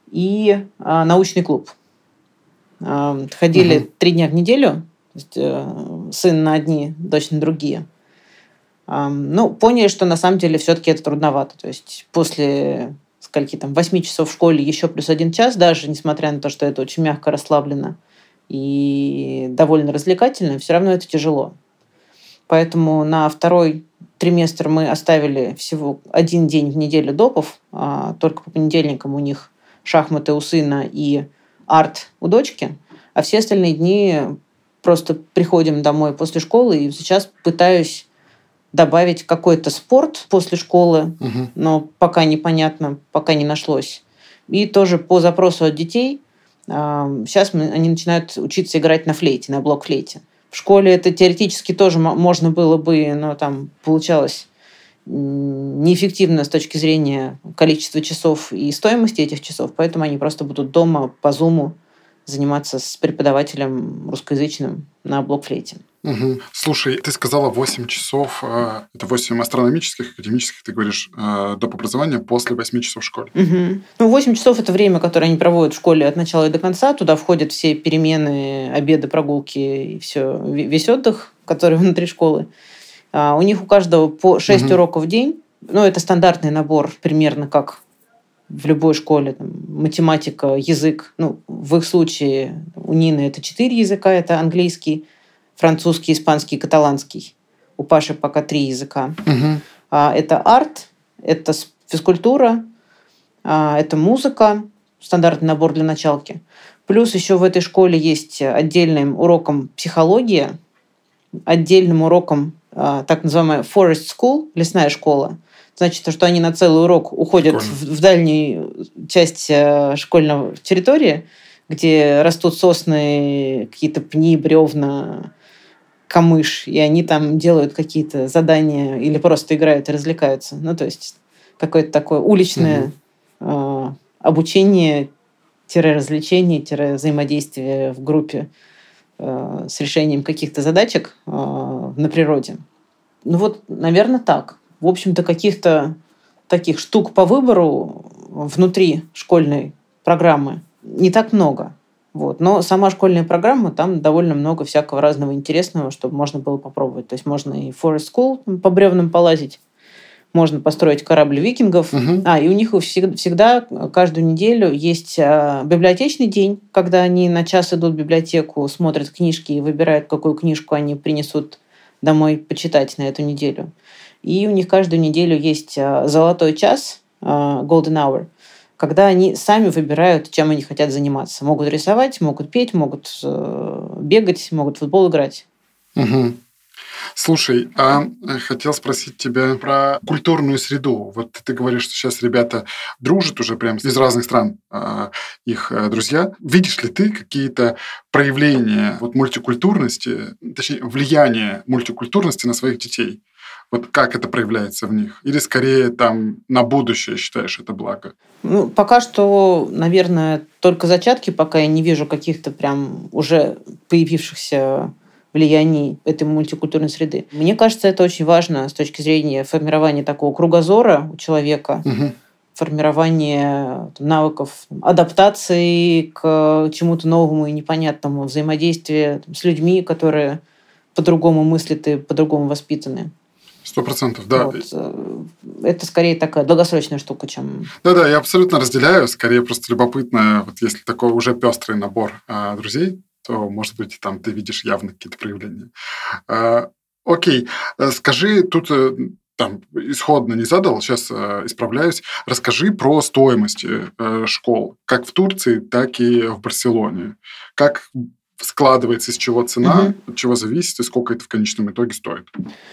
и научный клуб. Ходили угу. три дня в неделю. То есть, сын на одни, дочь на другие. Ну, поняли, что на самом деле все-таки это трудновато. То есть после скольки там, восьми часов в школе еще плюс один час, даже несмотря на то, что это очень мягко расслаблено и довольно развлекательно, все равно это тяжело. Поэтому на второй триместр мы оставили всего один день в неделю допов. Только по понедельникам у них шахматы у сына и арт у дочки. А все остальные дни просто приходим домой после школы, и сейчас пытаюсь добавить какой-то спорт после школы, угу. но пока непонятно, пока не нашлось. И тоже по запросу от детей сейчас мы, они начинают учиться играть на флейте, на блокфлейте. В школе это теоретически тоже можно было бы, но там получалось неэффективно с точки зрения количества часов и стоимости этих часов, поэтому они просто будут дома по зуму заниматься с преподавателем русскоязычным на блокфлейте. Угу. Слушай, ты сказала восемь часов, это восемь астрономических, академических, ты говоришь, доп. Образования после восьми часов в школе. Угу. Ну, восемь часов – это время, которое они проводят в школе от начала и до конца. Туда входят все перемены, обеды, прогулки и все, весь отдых, который внутри школы. У них у каждого по шесть угу. уроков в день. Ну, это стандартный набор, примерно как в любой школе. Там, математика, язык. Ну, в их случае у Нины это четыре языка. Это английский, французский, испанский, каталанский. У Паши пока три языка. Угу. А, это арт, это физкультура, а, это музыка, стандартный набор для началки. Плюс еще в этой школе есть отдельным уроком психология, отдельным уроком а, так называемая forest school, лесная школа. Значит, что они на целый урок уходят в, в дальнюю часть а, школьной территории, где растут сосны, какие-то пни, бревна, камыш, и они там делают какие-то задания или просто играют и развлекаются. Ну, то есть какое-то такое уличное mm-hmm. э, обучение, развлечение, взаимодействие в группе э, с решением каких-то задачек э, на природе. Ну вот, наверное, так. В общем-то, каких-то таких штук по выбору внутри школьной программы не так много. Вот. Но сама школьная программа, там довольно много всякого разного интересного, чтобы можно было попробовать. То есть можно и Forest School по бревнам полазить, можно построить корабль викингов. Uh-huh. А, и у них всегда, всегда каждую неделю есть а, библиотечный день, когда они на час идут в библиотеку, смотрят книжки и выбирают, какую книжку они принесут домой почитать на эту неделю. И у них каждую неделю есть а, золотой час, а, golden hour, когда они сами выбирают, чем они хотят заниматься. Могут рисовать, могут петь, могут э, бегать, могут в футбол играть. Угу. Слушай, а хотел спросить тебя про культурную среду. Вот ты говоришь, что сейчас ребята дружат уже прям из разных стран, их друзья. Видишь ли ты какие-то проявления вот мультикультурности, точнее, влияния мультикультурности на своих детей? Вот как это проявляется в них? Или скорее там на будущее считаешь это благо? Ну, пока что, наверное, только зачатки, пока я не вижу каких-то прям уже появившихся влияний этой мультикультурной среды. Мне кажется, это очень важно с точки зрения формирования такого кругозора у человека, угу. формирования навыков адаптации к чему-то новому и непонятному, взаимодействия с людьми, которые по-другому мыслят и по-другому воспитаны. Сто процентов, да. Вот. Это скорее такая долгосрочная штука, чем... Да-да, я абсолютно разделяю. Скорее просто любопытно, вот если такой уже пестрый набор а, друзей, то, может быть, там ты видишь явно какие-то проявления. А, окей, скажи, тут там исходно не задал, сейчас а, исправляюсь. Расскажи про стоимость а, школ, как в Турции, так и в Барселоне. Как складывается, из чего цена, угу. от чего зависит и сколько это в конечном итоге стоит?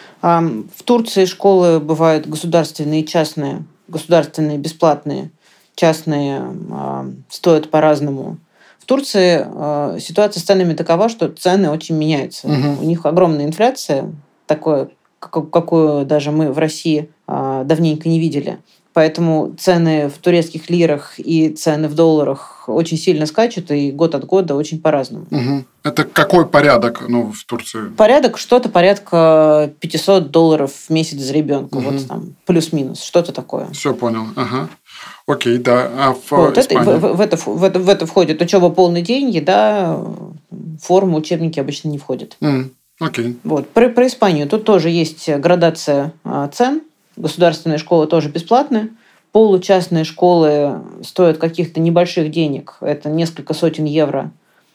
В Турции школы бывают государственные и частные. Государственные бесплатные, частные стоят по-разному. В Турции ситуация с ценами такова, что цены очень меняются. Угу. У них огромная инфляция, такое, какую даже мы в России давненько не видели. Поэтому цены в турецких лирах и цены в долларах очень сильно скачут, и год от года очень по-разному. Угу. Это какой порядок ну, в Турции? Порядок что-то порядка пятьсот долларов в месяц за ребенка. Угу. Вот там плюс-минус, что-то такое. Все понял. Ага. Окей, да. А в вот Испании? Это, в, в, это, в, это, в это входит учеба полный день, еда, форма, учебники обычно не входят. Mm, окей. Вот. Про, про Испанию. Тут тоже есть градация а, цен. Государственные школы тоже бесплатные. Получастные школы стоят каких-то небольших денег. Это несколько сотен евро,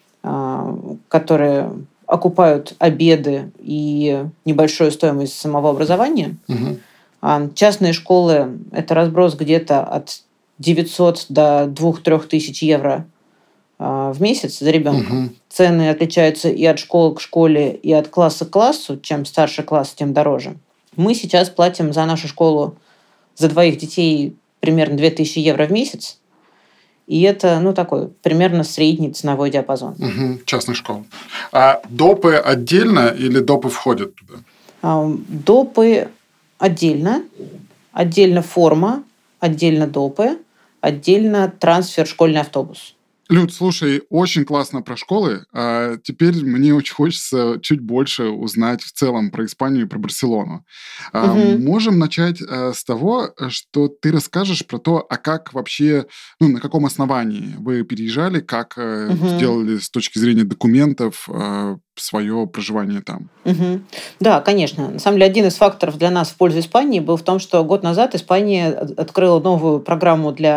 которые окупают обеды и небольшую стоимость самого образования. Угу. Частные школы – это разброс где-то от девятисот до двух-трех тысяч евро в месяц за ребенка. Угу. Цены отличаются и от школы к школе, и от класса к классу. Чем старше класс, тем дороже. Мы сейчас платим за нашу школу за двоих детей примерно две тысячи евро в месяц. И это, ну, такой примерно средний ценовой диапазон. Угу, частных школ. А допы отдельно или допы входят туда? А, допы отдельно. Отдельно форма, отдельно допы, отдельно трансфер школьный автобус. Люд, слушай, очень классно про школы. А теперь мне очень хочется чуть больше узнать в целом про Испанию и про Барселону. А угу. Можем начать а, с того, что ты расскажешь про то, а как вообще, ну, на каком основании вы переезжали, как угу. сделали с точки зрения документов а, свое проживание там. Угу. Да, конечно. На самом деле, один из факторов для нас в пользу Испании был в том, что год назад Испания открыла новую программу для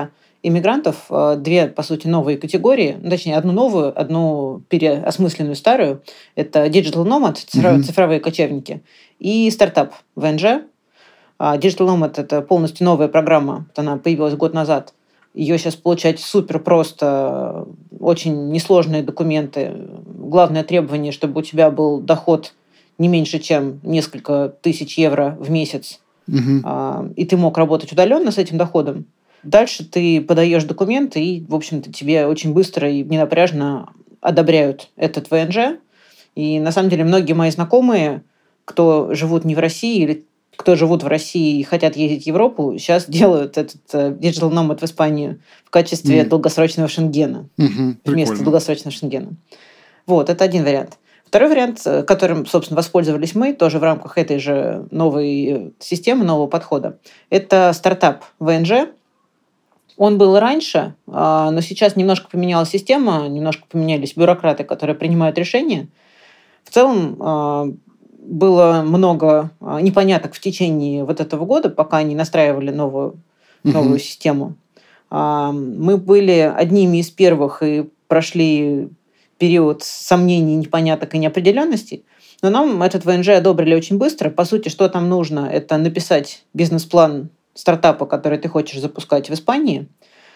иммигрантов две, по сути, новые категории, ну, точнее, одну новую, одну переосмысленную старую. Это Digital Nomad, цифровые, mm-hmm. цифровые кочевники, и стартап вэ эн джи. Digital Nomad – это полностью новая программа, она появилась год назад. Ее сейчас получать супер просто, очень несложные документы. Главное требование, чтобы у тебя был доход не меньше, чем несколько тысяч евро в месяц, угу. и ты мог работать удаленно с этим доходом. Дальше ты подаешь документы, и, в общем-то, тебе очень быстро и ненапряжно одобряют этот вэ эн джи. И, на самом деле, многие мои знакомые, кто живут не в России или кто живут в России и хотят ездить в Европу, сейчас делают этот Digital Nomad в Испанию в качестве mm. долгосрочного шенгена. Mm-hmm. Вместо долгосрочного шенгена. Вот, это один вариант. Второй вариант, которым, собственно, воспользовались мы, тоже в рамках этой же новой системы, нового подхода, это стартап вэ эн джи. Он был раньше, но сейчас немножко поменялась система, немножко поменялись бюрократы, которые принимают решения. В целом, было много непоняток в течение вот этого года, пока они настраивали новую, новую uh-huh. систему. Мы были одними из первых и прошли период сомнений, непоняток и неопределенностей, но нам этот вэ эн джи одобрили очень быстро. По сути, что там нужно, это написать бизнес-план стартапа, который ты хочешь запускать в Испании,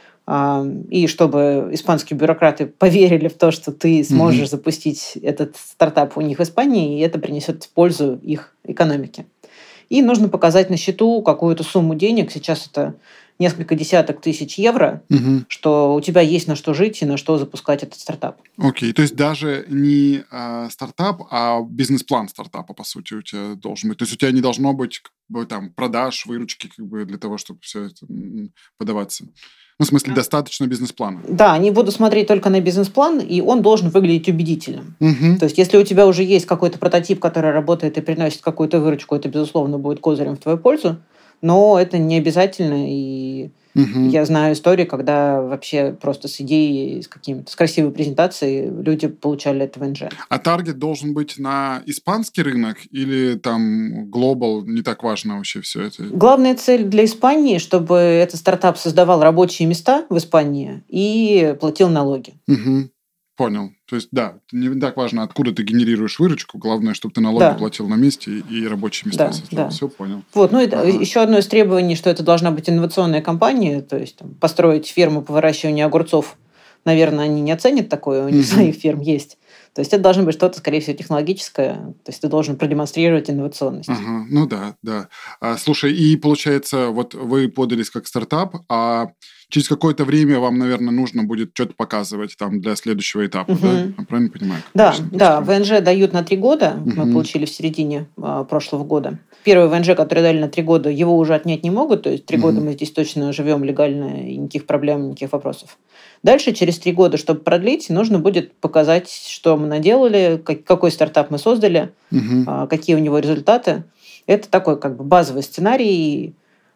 и чтобы испанские бюрократы поверили в то, что ты сможешь mm-hmm. запустить этот стартап у них в Испании, и это принесет пользу их экономике. И нужно показать на счету какую-то сумму денег, сейчас это несколько десяток тысяч евро, mm-hmm. что у тебя есть на что жить и на что запускать этот стартап. Окей, okay. То есть даже не э, стартап, а бизнес-план стартапа, по сути, у тебя должен быть. То есть у тебя не должно быть как бы, там, продаж, выручки как бы, для того, чтобы все это подаваться. Ну, в смысле, достаточно бизнес-плана. Да, они будут смотреть только на бизнес-план, и он должен выглядеть убедительным. Угу. То есть, если у тебя уже есть какой-то прототип, который работает и приносит какую-то выручку, это, безусловно, будет козырем в твою пользу, но это не обязательно, и угу. я знаю истории, когда вообще просто с идеей, с какими-то, с красивой презентацией люди получали это вэ эн джи. А таргет должен быть на испанский рынок или там глобал, не так важно вообще все это? Главная цель для Испании, чтобы этот стартап создавал рабочие места в Испании и платил налоги. Угу. Понял. То есть, да, не так важно, откуда ты генерируешь выручку. Главное, чтобы ты налоги да. платил на месте и рабочие места да, создавал. Да. Все, понял. Вот, ну, ага. еще одно из требований, что это должна быть инновационная компания, то есть там, построить ферму по выращиванию огурцов, наверное, они не оценят такое, у них mm-hmm. своих ферм есть. То есть это должно быть что-то, скорее всего, технологическое. То есть ты должен продемонстрировать инновационность. Ага, ну да, да. А, слушай, и получается, вот вы подались как стартап, а через какое-то время вам, наверное, нужно будет что-то показывать там для следующего этапа, угу. да? Я правильно понимаю? Да, да. вэ эн джи дают на три года. Угу. Мы получили в середине а, прошлого года. Первый вэ эн джи, который дали на три года, его уже отнять не могут. То есть три угу. года мы здесь точно живем легально, и никаких проблем, никаких вопросов. Дальше, через три года, чтобы продлить, нужно будет показать, что мы наделали, как, какой стартап мы создали, угу. а, какие у него результаты. Это такой как бы базовый сценарий,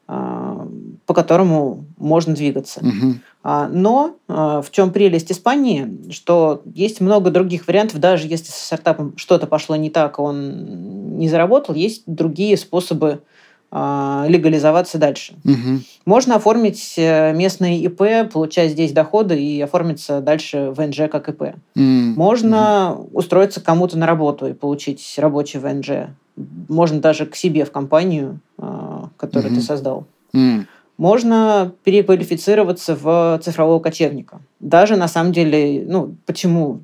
а, по которому можно двигаться. Угу. А, но а, в чем прелесть Испании, что есть много других вариантов, даже если со стартапом что-то пошло не так, он не заработал, есть другие способы легализоваться дальше. Угу. Можно оформить местное ИП, получать здесь доходы и оформиться дальше в вэ эн джи как ИП. Угу. Можно угу. устроиться к кому-то на работу и получить рабочий вэ эн джи. Можно даже к себе в компанию, которую угу. ты создал. Угу. Можно переквалифицироваться в цифрового кочевника. Даже на самом деле, ну, почему?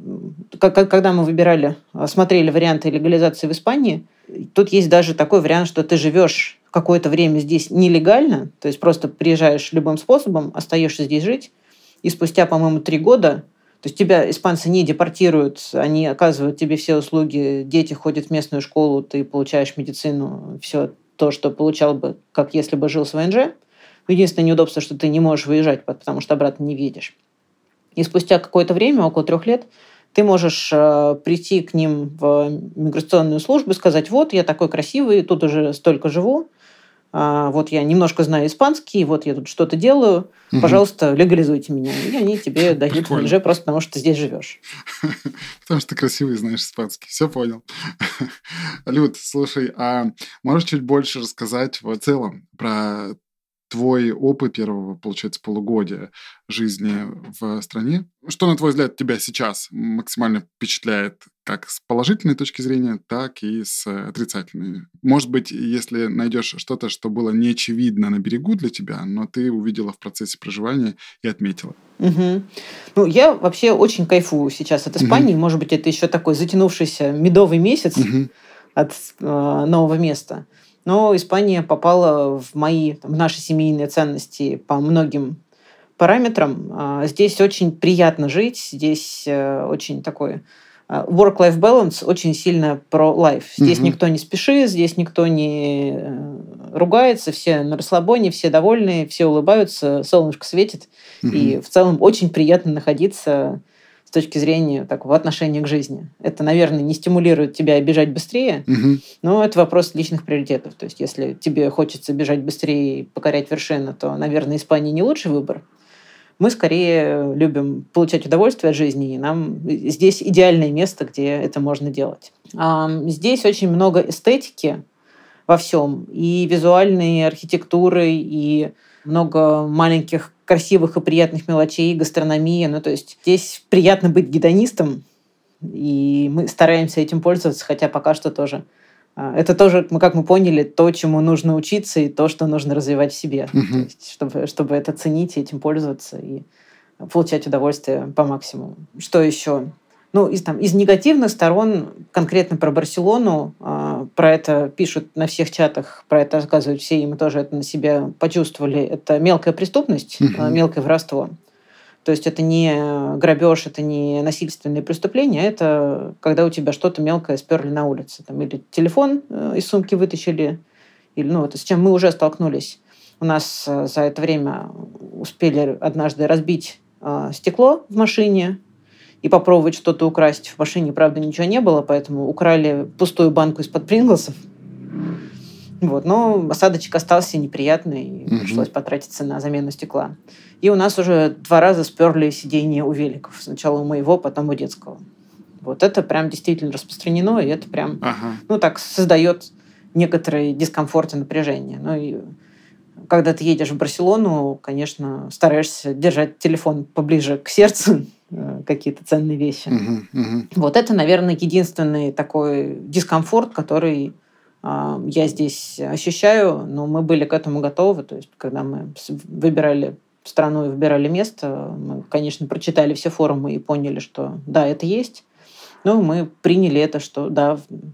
Когда мы выбирали, смотрели варианты легализации в Испании, тут есть даже такой вариант, что ты живешь какое-то время здесь нелегально, то есть просто приезжаешь любым способом, остаешься здесь жить, и спустя, по-моему, три года, то есть тебя испанцы не депортируют, они оказывают тебе все услуги, дети ходят в местную школу, ты получаешь медицину, все то, что получал бы, как если бы жил с вэ эн джи. Единственное неудобство, что ты не можешь выезжать, потому что обратно не въедешь. И спустя какое-то время, около трех лет, ты можешь э, прийти к ним в миграционную службу и сказать, вот, я такой красивый, тут уже столько живу, э, вот я немножко знаю испанский, вот я тут что-то делаю, угу. пожалуйста, легализуйте меня. И они тебе дают вэ эн джи просто потому, что ты здесь живешь. Потому что ты красивый и знаешь испанский. Все понял. Люд, слушай, а можешь чуть больше рассказать в целом про твой опыт первого, получается, полугодия жизни в стране. Что, на твой взгляд, тебя сейчас максимально впечатляет как с положительной точки зрения, так и с отрицательной? Может быть, если найдешь что-то, что было неочевидно на берегу для тебя, но ты увидела в процессе проживания и отметила. Угу. Ну, я вообще очень кайфую сейчас от Испании. Угу. Может быть, это еще такой затянувшийся медовый месяц угу. от э, нового места. Но Испания попала в мои, в наши семейные ценности по многим параметрам. Здесь очень приятно жить, здесь очень такой work-life balance, очень сильно про life. Здесь mm-hmm. никто не спешит, здесь никто не ругается, все на расслабоне, все довольны, все улыбаются, солнышко светит. Mm-hmm. И в целом очень приятно находиться с точки зрения такого отношения к жизни. Это, наверное, не стимулирует тебя бежать быстрее, угу. но это вопрос личных приоритетов. То есть, если тебе хочется бежать быстрее и покорять вершины, то, наверное, Испания не лучший выбор. Мы скорее любим получать удовольствие от жизни, и нам здесь идеальное место, где это можно делать. Здесь очень много эстетики во всем, и визуальной, и архитектуры, и много маленьких красивых и приятных мелочей, гастрономия. Ну, то есть здесь приятно быть гедонистом, и мы стараемся этим пользоваться, хотя пока что тоже. Это тоже, как мы поняли, то, чему нужно учиться, и то, что нужно развивать в себе, uh-huh. то есть, чтобы, чтобы это ценить, и этим пользоваться, и получать удовольствие по максимуму. Что еще? Ну, из, там, из негативных сторон, конкретно про Барселону, э, про это пишут на всех чатах, про это рассказывают все, и мы тоже это на себя почувствовали. Это мелкая преступность, uh-huh. э, мелкое воровство. То есть это не грабеж, это не насильственные преступления, это когда у тебя что-то мелкое сперли на улице. Там, или телефон э, из сумки вытащили, или, ну, вот, с чем мы уже столкнулись. У нас э, за это время успели однажды разбить э, стекло в машине, и попробовать что-то украсть. В машине, правда, ничего не было, поэтому украли пустую банку из-под Принглсов. Вот. Но осадочек остался неприятный, и угу. пришлось потратиться на замену стекла. И у нас уже два раза сперли сиденье у великов. Сначала у моего, потом у детского. Вот это прям действительно распространено, и это прям, ага. ну, так создает некоторый дискомфорт и напряжение. Ну, и когда ты едешь в Барселону, конечно, стараешься держать телефон поближе к сердцу, какие-то ценные вещи. Uh-huh, uh-huh. Вот это, наверное, единственный такой дискомфорт, который э, я здесь ощущаю, но мы были к этому готовы. То есть, когда мы выбирали страну и выбирали место, мы, конечно, прочитали все форумы и поняли, что да, это есть. Но мы приняли это, что да,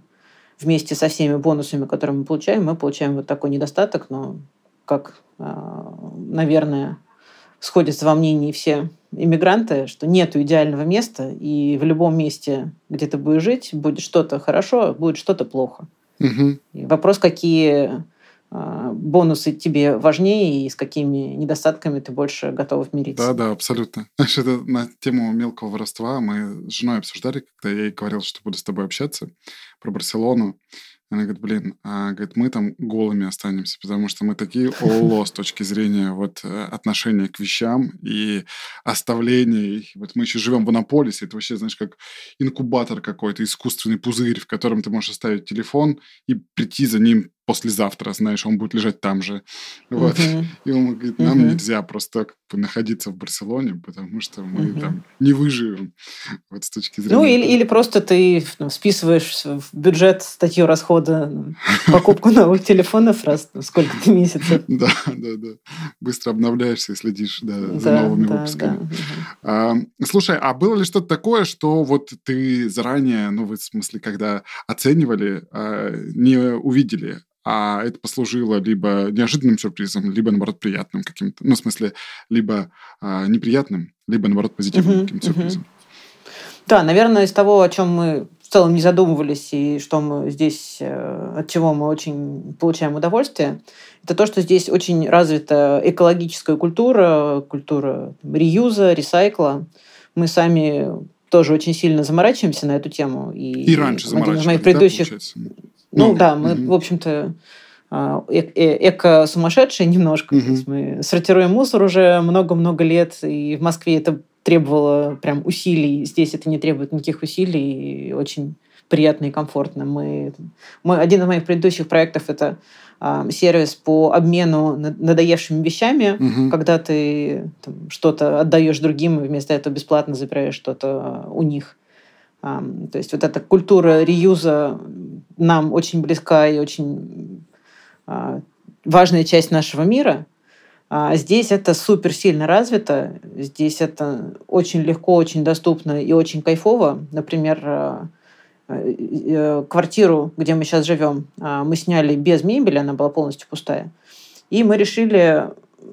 вместе со всеми бонусами, которые мы получаем, мы получаем вот такой недостаток, но как, э, наверное, сходятся во мнении все иммигранты, что нету идеального места, и в любом месте, где ты будешь жить, будет что-то хорошо, будет что-то плохо. Угу. И вопрос, какие э, бонусы тебе важнее и с какими недостатками ты больше готов мириться. Да, да, абсолютно. Знаешь, это на тему мелкого воровства мы с женой обсуждали, когда я ей говорил, что буду с тобой общаться про Барселону. Она говорит, блин, а, говорит, мы там голыми останемся, потому что мы такие оло с точки зрения вот отношения к вещам и оставления их. Вот мы еще живем в Иннополисе, это вообще, знаешь, как инкубатор какой-то, искусственный пузырь, в котором ты можешь оставить телефон и прийти за ним послезавтра, знаешь, он будет лежать там же. Вот. Uh-huh. И он говорит, нам uh-huh. нельзя просто как бы находиться в Барселоне, потому что мы uh-huh. там не выживем. Вот с точки зрения... Ну, или, или просто ты ну, списываешь в бюджет статью расхода покупку новых телефонов раз в сколько-то месяцев. Да, да, да. Быстро обновляешься и следишь за новыми выпусками. Слушай, а было ли что-то такое, что вот ты заранее, ну, в смысле, когда оценивали, не увидели, а это послужило либо неожиданным сюрпризом, либо, наоборот, приятным каким-то. Ну, в смысле, либо а, неприятным, либо, наоборот, позитивным uh-huh, каким-то сюрпризом. Uh-huh. Да, наверное, из того, о чем мы в целом не задумывались, и что мы здесь, от чего мы очень получаем удовольствие, это то, что здесь очень развита экологическая культура, культура реюза, ресайкла. Мы сами тоже очень сильно заморачиваемся на эту тему. И, и раньше заморачивались, из моих предыдущих... да, Ну, ну да, мы, угу. в общем-то, эко-сумасшедшие немножко. Угу. То есть мы сортируем мусор уже много-много лет, и в Москве это требовало прям усилий. Здесь это не требует никаких усилий, и очень приятно и комфортно. Мы, мы, один из моих предыдущих проектов – это э, сервис по обмену надоевшими вещами, Мгм. когда ты там, что-то отдаешь другим, и вместо этого бесплатно забираешь что-то у них. А, то есть вот эта культура реюза нам очень близка и очень а, важная часть нашего мира. А здесь это супер сильно развито. Здесь это очень легко, очень доступно и очень кайфово. Например, а, э, квартиру, где мы сейчас живем, а, мы сняли без мебели, она была полностью пустая. И мы решили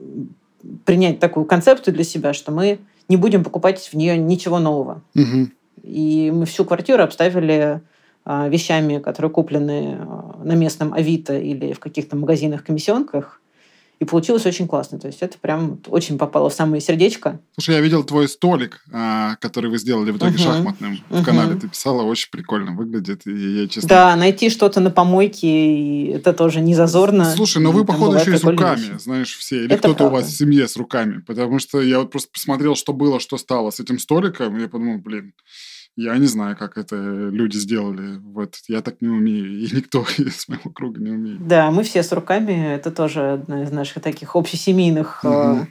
принять такую концепцию для себя, что мы не будем покупать в нее ничего нового. Мгм. И мы всю квартиру обставили а, вещами, которые куплены а, на местном Авито или в каких-то магазинах-комиссионках. И получилось очень классно. То есть это прям очень попало в самое сердечко. Слушай, я видел твой столик, а, который вы сделали в итоге Мгм. шахматным в Мгм. канале. Ты писала, очень прикольно выглядит. И я, честно... Да, найти что-то на помойке, и это тоже не зазорно. Слушай, но И вы, там походу, бывают еще и с прикольные руками, вещи. знаешь, все. Или Это кто-то у правда. вас в семье с руками. Потому что я вот просто посмотрел, что было, что стало с этим столиком, и я подумал, блин, я не знаю, как это люди сделали. Вот я так не умею, и никто из моего круга не умеет. Да, мы все с руками. Это тоже одна из наших таких общесемейных э, Мгм.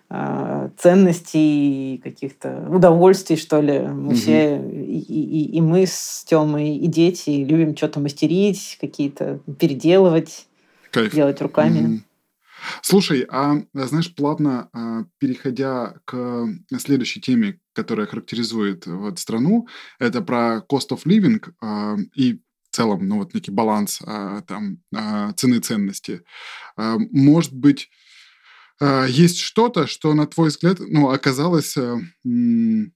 э, ценностей, каких-то удовольствий, что ли. Мы Мгм. все, и, и- и мы с Тёмой, и дети, любим что-то мастерить, какие-то переделывать, Кайф. делать руками. Мгм. Слушай, а знаешь, плавно а, переходя к следующей теме, которая характеризует вот страну, это про cost of living а, и в целом, ну вот некий баланс а, там а, цены ценности. А, Может быть, а, есть что-то, что на твой взгляд, ну оказалось а, м,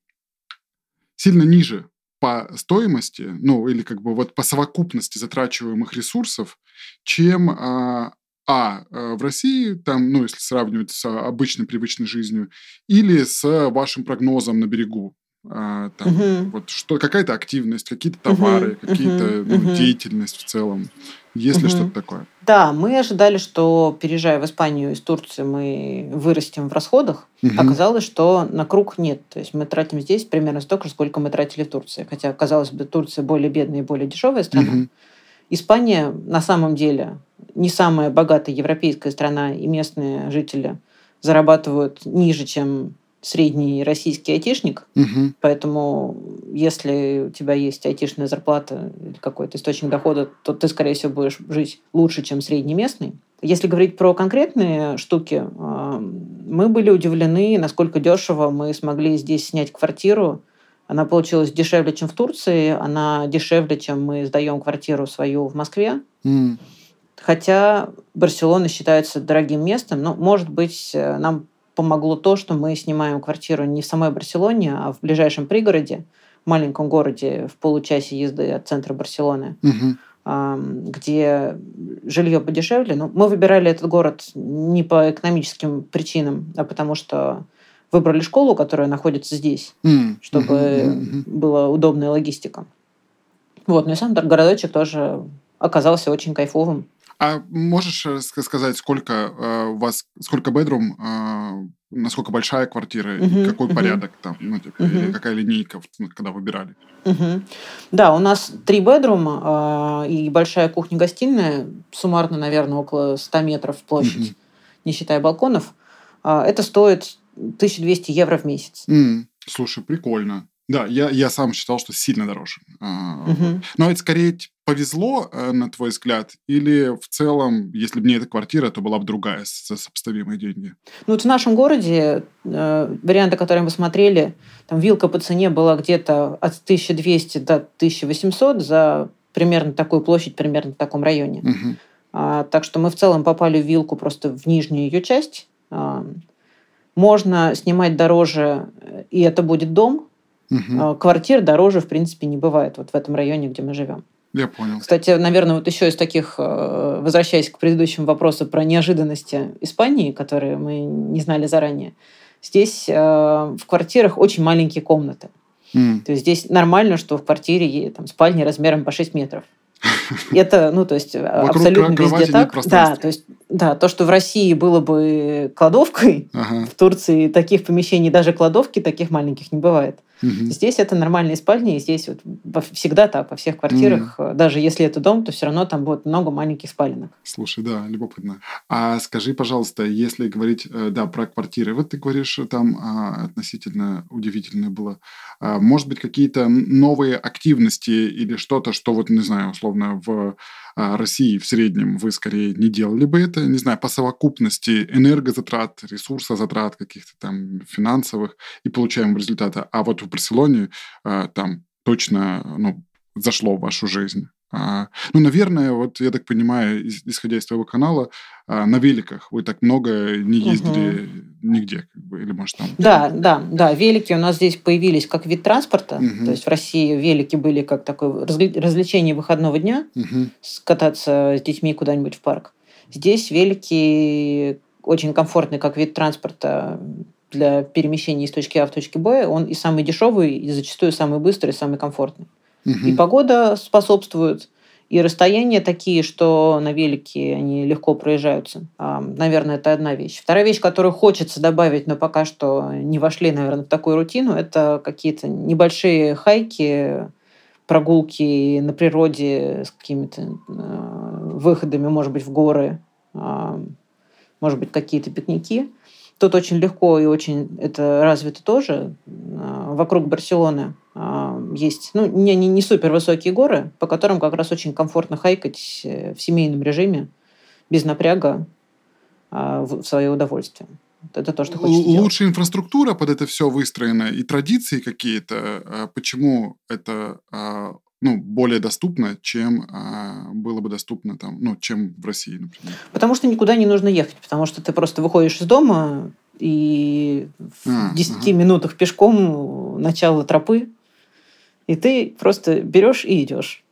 сильно ниже по стоимости, ну или как бы вот по совокупности затрачиваемых ресурсов, чем а, а, э, в России, там, ну, если сравнивать с обычной привычной жизнью, или с вашим прогнозом на берегу. А, там, Мгм. вот что, какая-то активность, какие-то Мгм. товары, какие-то Мгм. ну, Мгм. деятельность в целом. Есть ли Мгм. что-то такое? Да, мы ожидали, что, переезжая в Испанию из Турции, мы вырастем в расходах. Мгм. Оказалось, что на круг нет. То есть мы тратим здесь примерно столько же, сколько мы тратили в Турции. Хотя, казалось бы, Турция более бедная и более дешевая страна. Мгм. Испания на самом деле не самая богатая европейская страна, и местные жители зарабатывают ниже, чем средний российский айтишник. Мгм. Поэтому если у тебя есть айтишная зарплата или какой-то источник дохода, то ты, скорее всего, будешь жить лучше, чем средний местный. Если говорить про конкретные штуки, а, мы были удивлены, насколько дешево мы смогли здесь снять квартиру. Она получилась дешевле, чем в Турции, она дешевле, чем мы сдаем квартиру свою в Москве. М. Хотя Барселона считается дорогим местом, но, может быть, э, нам помогло то, что мы снимаем квартиру не в самой Барселоне, а в ближайшем пригороде, в маленьком городе в получасе езды от центра Барселоны, Мгм. ам, где жилье подешевле. Но мы выбирали этот город не по экономическим причинам, а потому что выбрали школу, которая находится здесь, М. чтобы Мгм. Мгм. была удобная логистика. Вот, ну и сам городочек тоже оказался очень кайфовым. А можешь э, ска- сказать, сколько э, у вас, сколько бедрум, э, насколько большая квартира и Мгм, какой мгм, порядок там, ну, типа, или мгм, какая линейка, вот, ну, когда выбирали? мгм. Да, у нас три бедрума и большая кухня-гостиная, суммарно, наверное, около ста метров в площадь, Мгм. не считая балконов. А, Это стоит тысяча двести евро в месяц. М, Слушай, прикольно. Да, я, я сам считал, что сильно дороже. А, вот. Мгм. Но это скорее т- повезло, э, на твой взгляд, или в целом, если бы не эта квартира, то была бы другая с- за сопоставимые деньги? Ну, вот в нашем городе э, варианты, которые мы смотрели, там вилка по цене была где-то от тысячи двухсот до тысячи восьмисот за примерно такую площадь, примерно в таком районе. Мгм. А, так что мы в целом попали в вилку просто в нижнюю ее часть. А, можно снимать дороже, э, и это будет дом. Мгм. А, квартир дороже, в принципе, не бывает вот в этом районе, где мы живем. Я понял. Кстати, наверное, вот еще из таких, э, возвращаясь к предыдущему вопросу про неожиданности Испании, которые мы не знали заранее, здесь э, в квартирах очень маленькие комнаты. М. То есть здесь нормально, что в квартире е- там, спальня размером по шесть метров. Это, ну, то есть, а, Вокруг абсолютно кра- кровати везде нет так. Да, пространства. то есть Да, то, что в России было бы кладовкой, Ага. в Турции таких помещений, даже кладовки таких маленьких не бывает. Мгм. Здесь это нормальные спальни, и здесь вот во- всегда так, во всех квартирах, э, даже если это дом, то все равно там будет много маленьких спаленок. Слушай, да, любопытно. А скажи, пожалуйста, если говорить, э, да, про квартиры, вот ты говоришь, что там а, относительно удивительное было. А, может быть, какие-то н- новые активности или что-то, что вот, не знаю, условно, в а, России в среднем вы скорее не делали бы это, не знаю, по совокупности энергозатрат, ресурсозатрат каких-то там финансовых и получаемого результата. А вот в Барселоне а, там точно, ну, зашло в вашу жизнь. А, ну, наверное, вот я так понимаю, ис- исходя из твоего канала, а, на великах вы так много не Мгм. ездили нигде, как бы, или может там... Да, да, да, велики у нас здесь появились как вид транспорта. Мгм. То есть в России велики были как такое разли- развлечение выходного дня, Мгм. скататься с детьми куда-нибудь в парк. Здесь велики очень комфортный как вид транспорта для перемещения из точки А в точке Б. Он и самый дешевый, и зачастую самый быстрый, и самый комфортный. И Мгм. погода способствует, и расстояния такие, что на велике они легко проезжаются. А, Наверное, это одна вещь. Вторая вещь, которую хочется добавить, но пока что не вошли, наверное, в такую рутину, это какие-то небольшие хайки, прогулки на природе с какими-то э, выходами, может быть, в горы, а, может быть, какие-то пикники. Тут очень легко и очень это развито тоже. А, Вокруг Барселоны а, есть ну, не, не, не супер высокие горы, по которым как раз очень комфортно хайкать э, в семейном режиме, без напряга, а, в в свое удовольствие. Вот это то, что Л- хочется делать. Лучше инфраструктура под это все выстроена и традиции какие-то. а, Почему это а, ну, более доступно, чем а, было бы доступно там, ну, чем в России, например? Потому что никуда не нужно ехать, потому что ты просто выходишь из дома, и А, в десяти ага. минутах пешком у начала тропы, и ты просто берешь и идешь.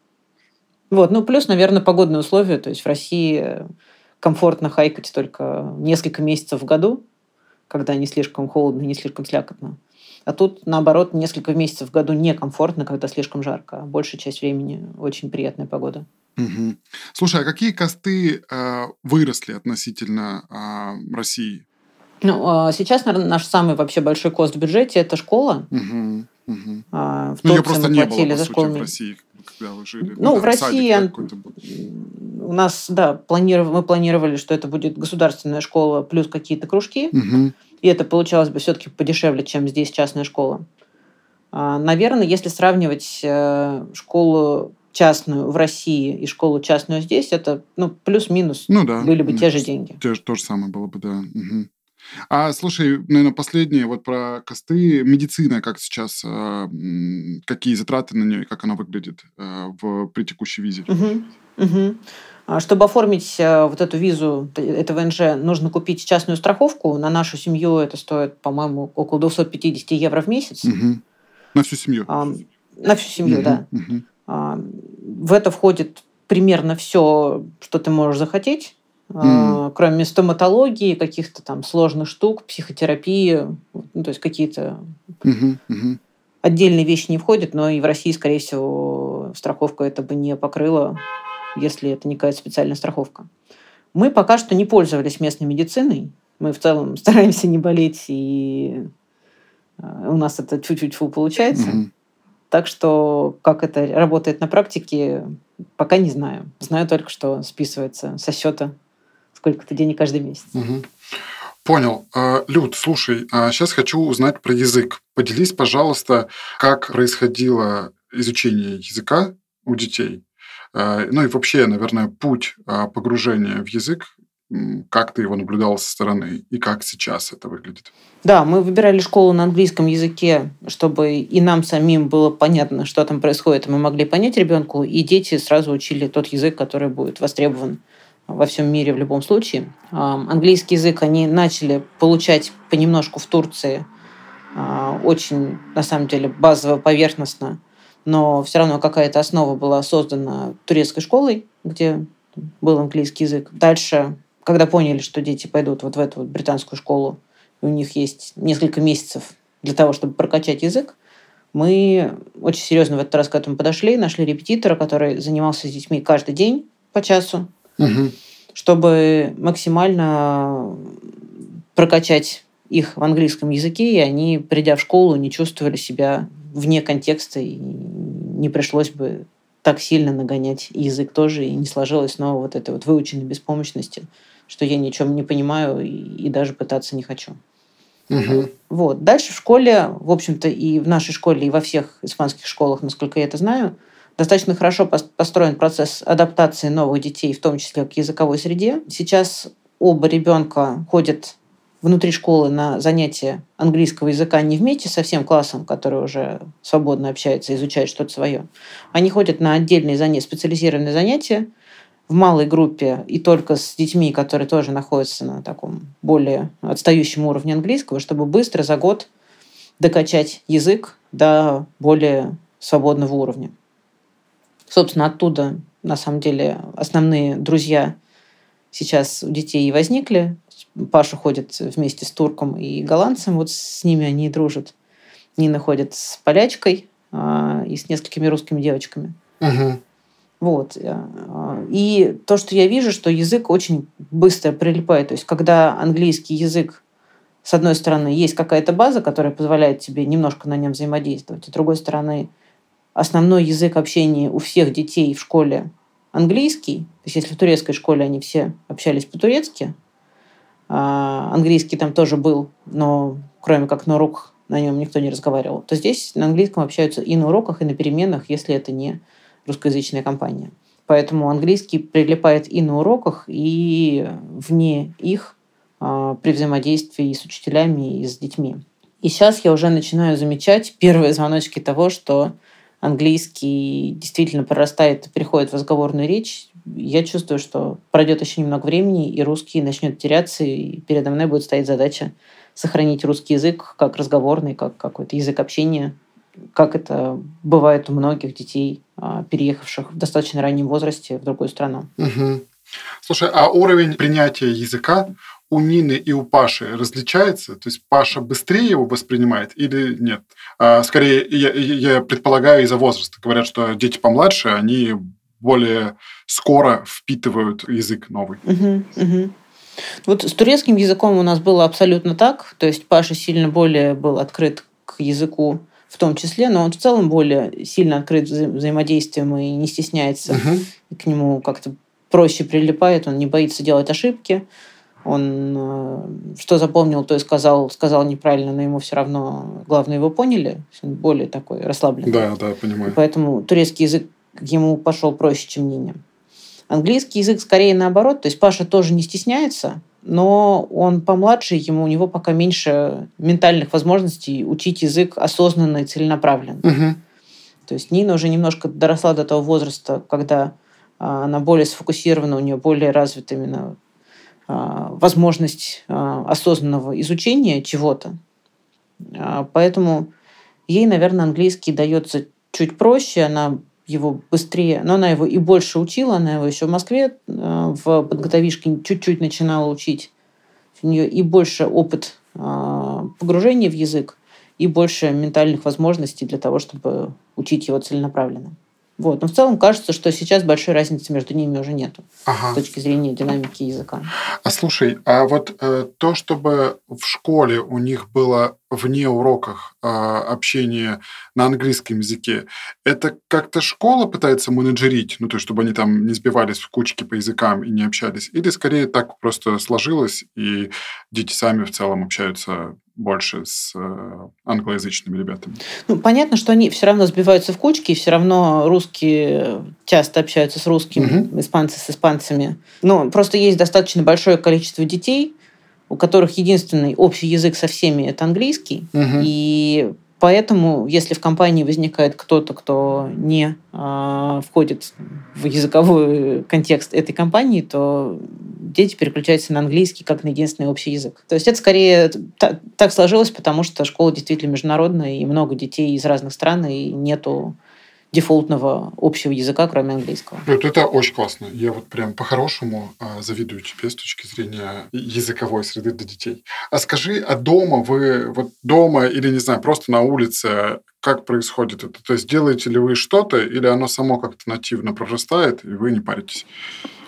Вот, ну плюс, наверное, погодные условия. То есть в России комфортно хайкать только несколько месяцев в году, когда не слишком холодно, не слишком слякотно. А тут, наоборот, несколько месяцев в году некомфортно, когда слишком жарко. А большая часть времени очень приятная погода. Мгм. Слушай, а какие косты а, выросли относительно а, России? Ну, а сейчас, наверное, наш самый вообще большой кост в бюджете – это школа. Мгм, мгм. А, В Ну, ее Турции просто мы не было, платили по за сути, в школу. России, когда вы жили. Ну, в там садик, России да, он- какой-то был. у нас, да, планиров... мы планировали, что это будет государственная школа плюс какие-то кружки. Мгм. И это получалось бы все-таки подешевле, чем здесь частная школа. А, Наверное, если сравнивать э, школу частную в России и школу частную здесь, это ну, плюс-минус Ну да. были бы мне те же кажется, деньги. те же- то же самое было бы, да. Мгм. А слушай, наверное, последнее вот про косты. Медицина, как сейчас, а, м, какие затраты на нее, как она выглядит а, в, при текущей визе? Мгм. Мгм. А, Чтобы оформить э, вот эту визу, т- это ВНЖ, нужно купить частную страховку. На нашу семью это стоит, по-моему, около двести пятьдесят евро в месяц. Мгм. На всю семью? Ам, На всю семью, Мгм, да. мгм, А, В это входит примерно все, что ты можешь захотеть, М. а, кроме стоматологии, каких-то там сложных штук, психотерапии, ну, то есть какие-то мгм, мгм. отдельные вещи не входят, но и в России, скорее всего, страховка это бы не покрыла, если это не какая-то специальная страховка. Мы пока что не пользовались местной медициной. Мы в целом стараемся не болеть, и а, у нас это чуть-чуть получается. Мгм. Так что, как это работает на практике, пока не знаю. Знаю только, что списывается со счета сколько-то денег каждый месяц. Мгм. Понял. А, Люд, слушай, сейчас хочу узнать про язык. Поделись, пожалуйста, как происходило изучение языка у детей. А, Ну и вообще, наверное, путь а, погружения в язык, м, как ты его наблюдал со стороны и как сейчас это выглядит. Да, мы выбирали школу на английском языке, чтобы и нам самим было понятно, что там происходит, и мы могли понять ребенку, и дети сразу учили тот язык, который будет востребован во всем мире в любом случае. Ам, Английский язык они начали получать понемножку в Турции, а, очень, на самом деле, базово, поверхностно, но все равно какая-то основа была создана турецкой школой, где был английский язык. Дальше, когда поняли, что дети пойдут вот в эту вот британскую школу, и у них есть несколько месяцев для того, чтобы прокачать язык, мы очень серьезно в этот раз к этому подошли, нашли репетитора, который занимался с детьми каждый день по часу. Мгм. чтобы максимально прокачать их в английском языке, и они, придя в школу, не чувствовали себя вне контекста, и не пришлось бы так сильно нагонять язык тоже, и не сложилось снова вот этой вот выученной беспомощности, что я ничем не понимаю и, и даже пытаться не хочу. Угу. Вот. Дальше в школе, в общем-то, и в нашей школе, и во всех испанских школах, насколько я это знаю, достаточно хорошо построен процесс адаптации новых детей, в том числе к языковой среде. Сейчас оба ребенка ходят внутри школы на занятия английского языка не вместе со всем классом, который уже свободно общается, изучает что-то свое. Они ходят на отдельные занятия, специализированные занятия в малой группе и только с детьми, которые тоже находятся на таком более отстающем уровне английского, чтобы быстро за год докачать язык до более свободного уровня. Собственно, оттуда, на самом деле, основные друзья сейчас у детей и возникли. Паша ходит вместе с турком и голландцем, вот с ними они и дружат. Нина ходит с полячкой а, и с несколькими русскими девочками. Угу. Вот. И то, что я вижу, что язык очень быстро прилипает. То есть, когда английский язык, с одной стороны, есть какая-то база, которая позволяет тебе немножко на нем взаимодействовать, а с другой стороны, основной язык общения у всех детей в школе английский. То есть, если в турецкой школе они все общались по-турецки, английский там тоже был, но кроме как на уроках на нем никто не разговаривал, то здесь на английском общаются и на уроках, и на переменах, если это не русскоязычная компания. Поэтому английский прилипает и на уроках, и вне их при взаимодействии с учителями и с детьми. И сейчас я уже начинаю замечать первые звоночки того, что английский действительно прорастает и переходит в разговорную речь. Я чувствую, что пройдет еще немного времени, и русский начнет теряться, и передо мной будет стоять задача сохранить русский язык как разговорный, как какой-то язык общения, как это бывает у многих детей, переехавших в достаточно раннем возрасте в другую страну. Угу. Слушай, а уровень принятия языка у Нины и у Паши различается? То есть Паша быстрее его воспринимает или нет? А, скорее, я, я предполагаю, из-за возраста. Говорят, что дети помладше, они более скоро впитывают язык новый. Угу, угу. Вот с турецким языком у нас было абсолютно так. То есть Паша сильно более был открыт к языку в том числе, но он в целом более сильно открыт вза- взаимодействием и не стесняется. Угу. И к нему как-то проще прилипает, он не боится делать ошибки. Он э, что запомнил, то и сказал, сказал неправильно, но ему все равно, главное, его поняли. Он более такой расслабленный. Да, да, понимаю. Поэтому турецкий язык ему пошел проще, чем Нине. Английский язык скорее наоборот. То есть Паша тоже не стесняется, но он помладше, ему у него пока меньше ментальных возможностей учить язык осознанно и целенаправленно. Угу. То есть Нина уже немножко доросла до того возраста, когда она более сфокусирована, у нее более развита именно возможность осознанного изучения чего-то. Поэтому ей, наверное, английский дается чуть проще, она его быстрее, но она его и больше учила, она его еще в Москве в подготовишке чуть-чуть начинала учить. У нее и больше опыт погружения в язык, и больше ментальных возможностей для того, чтобы учить его целенаправленно. Вот. Но в целом кажется, что сейчас большой разницы между ними уже нету Ага. с точки зрения динамики языка. А слушай, а вот э, то, чтобы в школе у них было вне уроках э, общение на английском языке, это как-то школа пытается менеджерить, ну, то есть, чтобы они там не сбивались в кучки по языкам и не общались, или скорее так просто сложилось, и дети сами в целом общаются больше с э, англоязычными ребятами? Ну, понятно, что они все равно сбиваются в кучки, все равно русские часто общаются с русскими, Мгм. испанцы с испанцами. Но просто есть достаточно большое количество детей, у которых единственный общий язык со всеми – это английский. Мгм. И поэтому, если в компании возникает кто-то, кто не а, входит в языковой контекст этой компании, то дети переключаются на английский как на единственный общий язык. То есть это скорее та- так сложилось, потому что школа действительно международная, и много детей из разных стран, и нету дефолтного общего языка, кроме английского. Вот это очень классно. Я вот прям по-хорошему а, завидую тебе с точки зрения языковой среды для детей. А скажи, а дома вы, вот дома или, не знаю, просто на улице, как происходит это? То есть делаете ли вы что-то, или оно само как-то нативно прорастает, и вы не паритесь?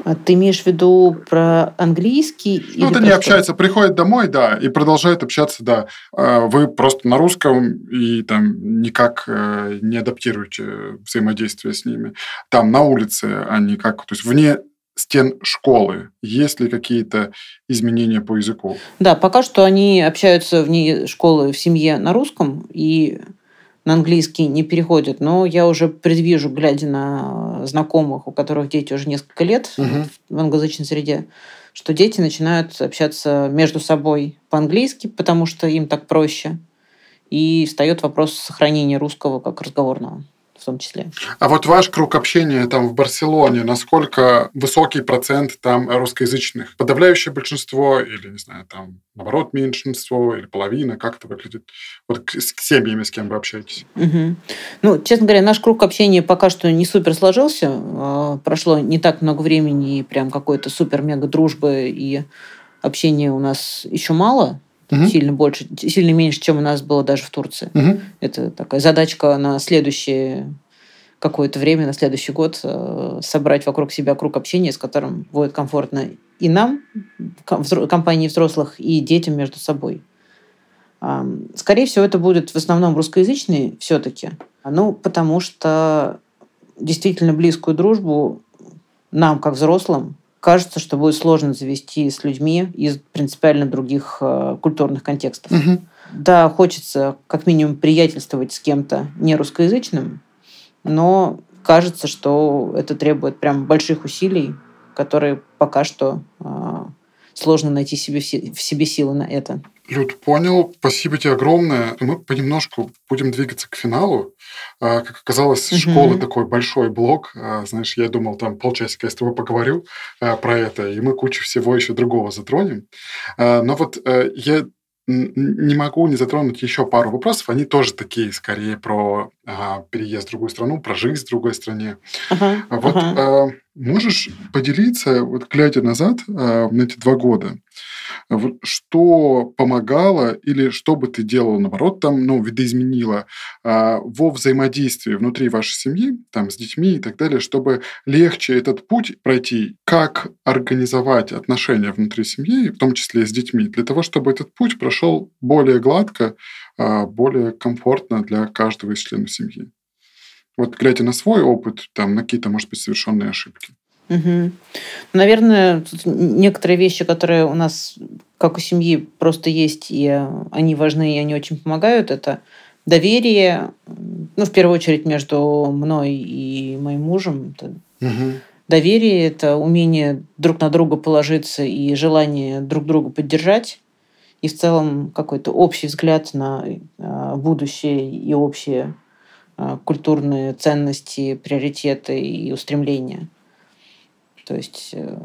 А ты имеешь в виду про английский? Ну, вот они просто... общаются, приходят домой, да, и продолжают общаться, да. Вы просто на русском и там никак не адаптируете взаимодействие с ними. Там на улице они как, то есть вне стен школы. Есть ли какие-то изменения по языку? Да, пока что они общаются вне школы в семье на русском и на английский не переходят. Но я уже предвижу, глядя на знакомых, у которых дети уже несколько лет угу. в англоязычной среде, что дети начинают общаться между собой по-английски, потому что им так проще. И встает вопрос сохранения русского как разговорного. В том числе. А вот ваш круг общения там в Барселоне, насколько высокий процент там русскоязычных? Подавляющее большинство или, не знаю, там, наоборот, меньшинство или половина? Как это выглядит? Вот с семьями, с кем вы общаетесь? Угу. Ну, честно говоря, наш круг общения пока что не супер сложился. Прошло не так много времени, и прям какой-то супер-мега дружбы и общения у нас еще мало. Угу. Сильно больше, сильно меньше, чем у нас было даже в Турции. Угу. Это такая задачка на следующее какое-то время, на следующий год э, собрать вокруг себя круг общения, с которым будет комфортно и нам, компании взрослых, и детям между собой. Э, скорее всего, это будет в основном русскоязычный все-таки. Ну, потому что действительно близкую дружбу нам, как взрослым, кажется, что будет сложно завести с людьми из принципиально других э, культурных контекстов. Угу. Да, хочется как минимум приятельствовать с кем-то не русскоязычным, но кажется, что это требует прям больших усилий, которые пока что э, сложно найти себе, в себе силы на это. Люд, понял. Спасибо тебе огромное. Мы понемножку будем двигаться к финалу. Как оказалось, Угу. школа такой большой блок. Знаешь, я думал, там полчасика я с тобой поговорю про это, и мы кучу всего еще другого затронем. Но вот я не могу не затронуть еще пару вопросов. Они тоже такие, скорее, про переезд в другую страну, про жизнь в другой стране. Ага, вот ага. Можешь поделиться, вот глядя назад на эти два года, что помогало или что бы ты делала, наоборот, там, ну, видоизменила а, во взаимодействии внутри вашей семьи, там, с детьми и так далее, чтобы легче этот путь пройти, как организовать отношения внутри семьи, в том числе и с детьми, для того, чтобы этот путь прошел более гладко, а, более комфортно для каждого из членов семьи. Вот глядя на свой опыт, там, на какие-то, может быть, совершенные ошибки. Угу. Наверное, тут некоторые вещи, которые у нас, как у семьи, просто есть, и они важны, и они очень помогают. Это доверие, ну, в первую очередь, между мной и моим мужем. Это угу. Доверие – это умение друг на друга положиться и желание друг друга поддержать. И в целом какой-то общий взгляд на будущее и общие культурные ценности, приоритеты и устремления. То есть э,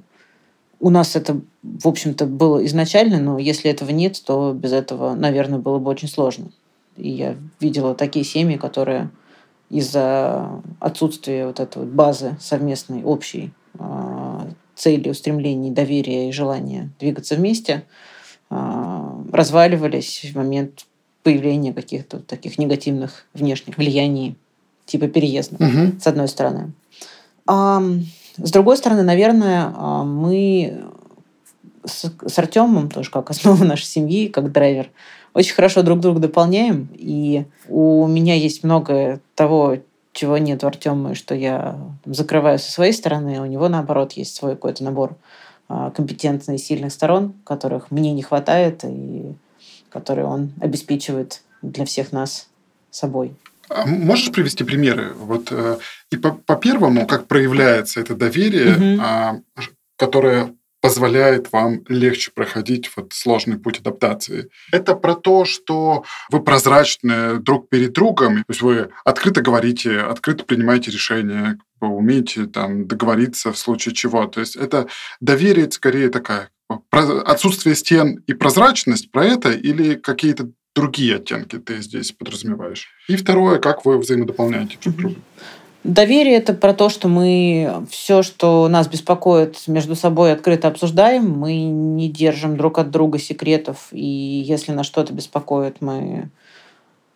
у нас это, в общем-то, было изначально, но если этого нет, то без этого, наверное, было бы очень сложно. И я видела такие семьи, которые из-за отсутствия вот этой вот базы совместной, общей э, цели, устремлений, доверия и желания двигаться вместе, э, разваливались в момент появления каких-то таких негативных внешних влияний, типа переезда, угу. с одной стороны. А с другой стороны, наверное, мы с, с Артемом, тоже как основа нашей семьи, как драйвер, очень хорошо друг друга дополняем. И у меня есть много того, чего нет у Артема, и что я закрываю со своей стороны. У него, наоборот, есть свой какой-то набор компетентных и сильных сторон, которых мне не хватает, и которые он обеспечивает для всех нас собой. А можешь привести примеры? Вот, э, и по, по первому, как проявляется это доверие, Мгм. а, ж- которое позволяет вам легче проходить вот сложный путь адаптации. Это про то, что вы прозрачны друг перед другом, то есть вы открыто говорите, открыто принимаете решения, вы умеете там договориться в случае чего. То есть это доверие скорее такая про- отсутствие стен и прозрачность про это или какие-то другие оттенки ты здесь подразумеваешь? И второе, как вы взаимодополняете друг друга? Доверие – это про то, что мы все, что нас беспокоит, между собой открыто обсуждаем. Мы не держим друг от друга секретов. И если нас что-то беспокоит, мы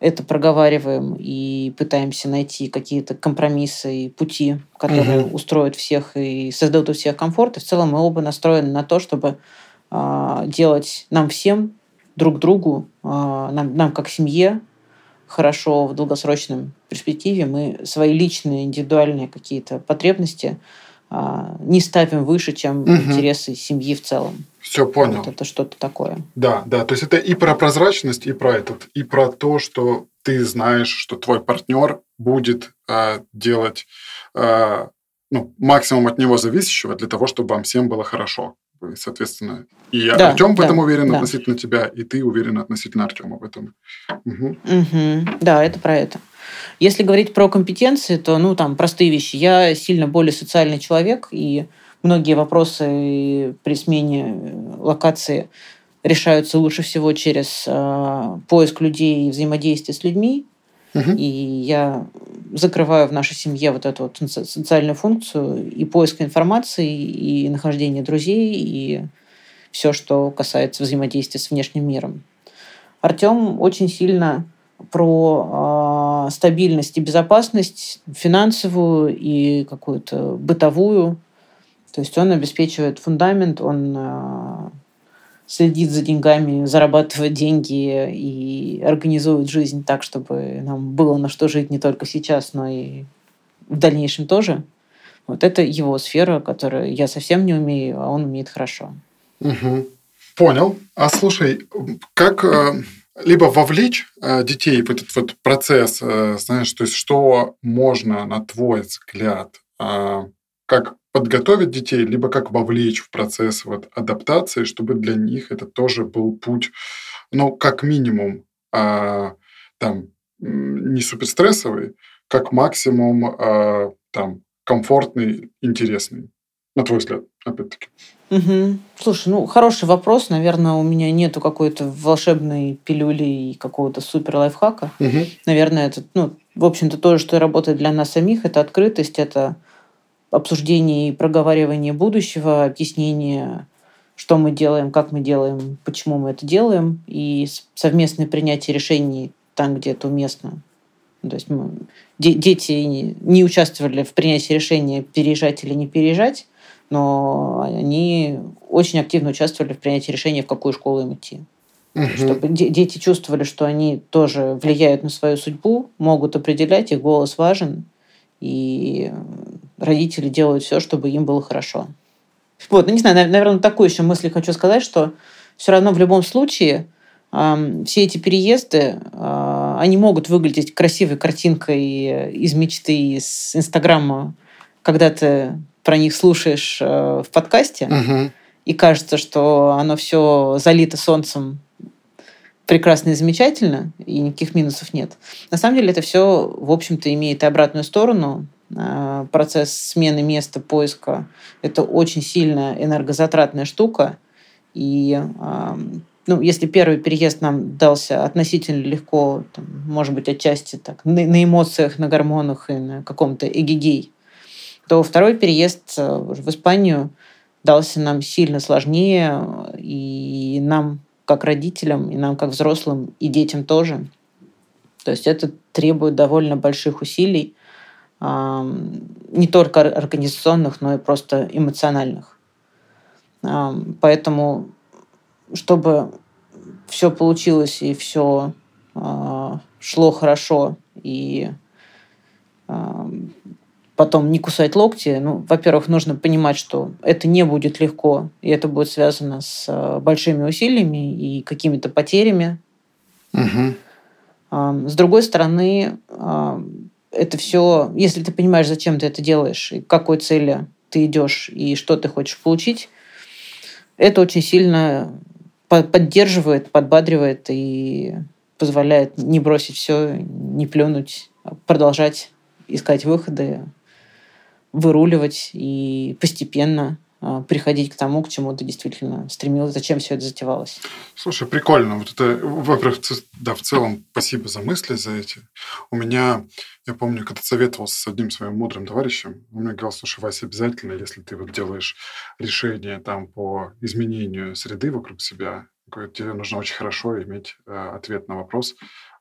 это проговариваем и пытаемся найти какие-то компромиссы и пути, которые Мгм. устроят всех и создадут у всех комфорт. И в целом мы оба настроены на то, чтобы а, делать нам всем, друг другу, а, нам, нам как семье хорошо в долгосрочном перспективе. Мы свои личные, индивидуальные какие-то потребности а, не ставим выше, чем Мгм. интересы семьи в целом. Все понял. Вот это что-то такое. Да, да. То есть это и про прозрачность, и про этот, и про то, что ты знаешь, что твой партнер будет а, делать а, ну, максимум от него зависящего для того, чтобы вам всем было хорошо. И, соответственно, и Да, Артем в этом да, уверен да. относительно тебя, и ты уверен относительно Артема в этом. Мгм. Мгм. Да, это про это. Если говорить про компетенции, то, ну, там, простые вещи. Я сильно более социальный человек, и многие вопросы при смене э, локации решаются лучше всего через а, поиск людей и взаимодействие с людьми. Мгм. И я закрываю в нашей семье вот эту вот соци- социальную функцию и поиска информации, и нахождения друзей, и все, что касается взаимодействия с внешним миром. Артем очень сильно про а, стабильность и безопасность финансовую и какую-то бытовую. То есть он обеспечивает фундамент, он а, следит за деньгами, зарабатывает деньги и организует жизнь так, чтобы нам было на что жить не только сейчас, но и в дальнейшем тоже. Вот это его сфера, которую я совсем не умею, а он умеет хорошо. Мгм. Понял. А слушай, как э, либо вовлечь э, детей в этот вот процесс, э, знаешь, то есть что можно, на твой взгляд, а, как подготовить детей, либо как вовлечь в процесс вот адаптации, чтобы для них это тоже был путь, ну, как минимум, а, там, м, не суперстрессовый, как максимум, а, там, комфортный, интересный, на твой взгляд, опять-таки. Мгм. Слушай, ну, хороший вопрос. Наверное, у меня нету какой-то волшебной пилюли и какого-то супер лайфхака. Мгм. Наверное, это, ну, в общем-то, то, что работает для нас самих. Это открытость, это обсуждение и проговаривание будущего, объяснение, что мы делаем, как мы делаем, почему мы это делаем, и с- совместное принятие решений там, где это уместно. Ну, то есть мы- де- дети не не участвовали в принятии решения, переезжать или не переезжать, но они очень активно участвовали в принятии решения, в какую школу им идти. То есть Мгм. чтобы де- дети чувствовали, что они тоже влияют на свою судьбу, могут определять, их голос важен, и э, родители делают все, чтобы им было хорошо. Вот, ну не знаю, наверное, такую еще мысль хочу сказать, что все равно в любом случае ам, все эти переезды, а, они могут выглядеть красивой картинкой э, из мечты, из Инстаграма, когда ты про них слушаешь э, в подкасте, Мгм. и кажется, что оно все залито солнцем прекрасно и замечательно, и никаких минусов нет. На самом деле это все, в общем-то, имеет и обратную сторону. А, Процесс смены места поиска– это очень сильно энергозатратная штука. И ам, ну, если первый переезд нам дался относительно легко, там, может быть, отчасти так, на, на эмоциях, на гормонах и на каком-то эгегей, то второй переезд э, в Испанию дался нам сильно сложнее, э, и нам, как родителям, и нам, как взрослым, и детям тоже. То есть это требует довольно больших усилий, ам, не только ор- организационных, но и просто эмоциональных. Ам, Поэтому, чтобы все получилось и все шло хорошо, и ам, потом не кусать локти. Ну, во-первых, нужно понимать, что это не будет легко, и это будет связано с э, большими усилиями и какими-то потерями. Мгм. Ам, С другой стороны, ам, это все, если ты понимаешь, зачем ты это делаешь, и к какой цели ты идешь, и что ты хочешь получить, это очень сильно по- поддерживает, подбадривает и позволяет не бросить все, не плюнуть, а продолжать искать выходы, выруливать и постепенно а, приходить к тому, к чему ты действительно стремилась, зачем все это затевалось. Слушай, прикольно. Вот это, во-первых, ц- да, в целом, спасибо за мысли, за эти. У меня, я помню, когда советовался с одним своим мудрым товарищем, он мне говорил, слушай, Вася, обязательно, если ты вот делаешь решение там по изменению среды вокруг себя, говорит, тебе нужно очень хорошо иметь э, ответ на вопрос,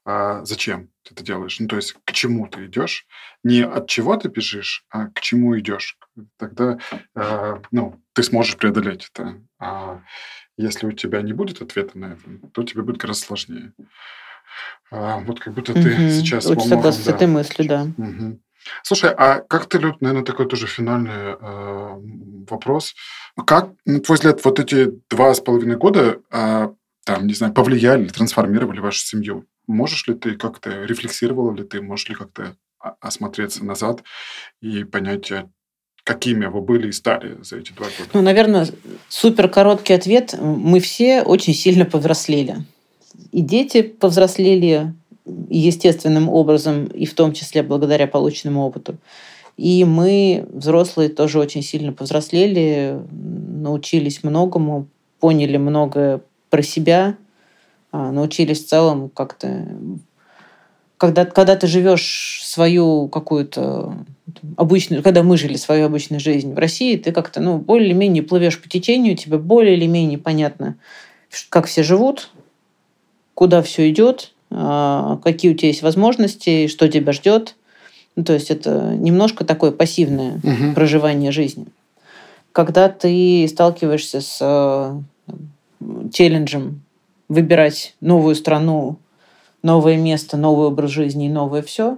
а, зачем ты это делаешь. Ну, то есть к чему ты идешь. Не от чего ты бежишь, а к чему идешь. Тогда а, ну, ты сможешь преодолеть это. А если у тебя не будет ответа на это, то тебе будет гораздо сложнее. А, вот как будто ты Мгм. сейчас во Очень многом, согласна с да. этой мыслью, да. Мгм. Слушай, а как ты, Люд, наверное, такой тоже финальный а, м, вопрос. Как, на твой взгляд, вот эти два с половиной года, а, там, не знаю, повлияли, трансформировали вашу семью? Можешь ли ты как-то, рефлексировала ли ты, можешь ли как-то а- осмотреться назад и понять, а, какими вы были и стали за эти два года? Ну, наверное, супер короткий ответ. Мы все очень сильно повзрослели. И дети повзрослели естественным образом, и в том числе благодаря полученному опыту. И мы, взрослые, тоже очень сильно повзрослели, научились многому, поняли многое про себя, а, научились в целом как-то... Когда, когда ты живешь свою какую-то обычную... Когда мы жили свою обычную жизнь в России, ты как-то ну, более-менее плывешь по течению, тебе более или менее понятно, как все живут, куда все идет, а, какие у тебя есть возможности, что тебя ждет. Ну, то есть это немножко такое пассивное Мгм. проживание жизни. Когда ты сталкиваешься с э, челленджем выбирать новую страну, новое место, новый образ жизни и новое все,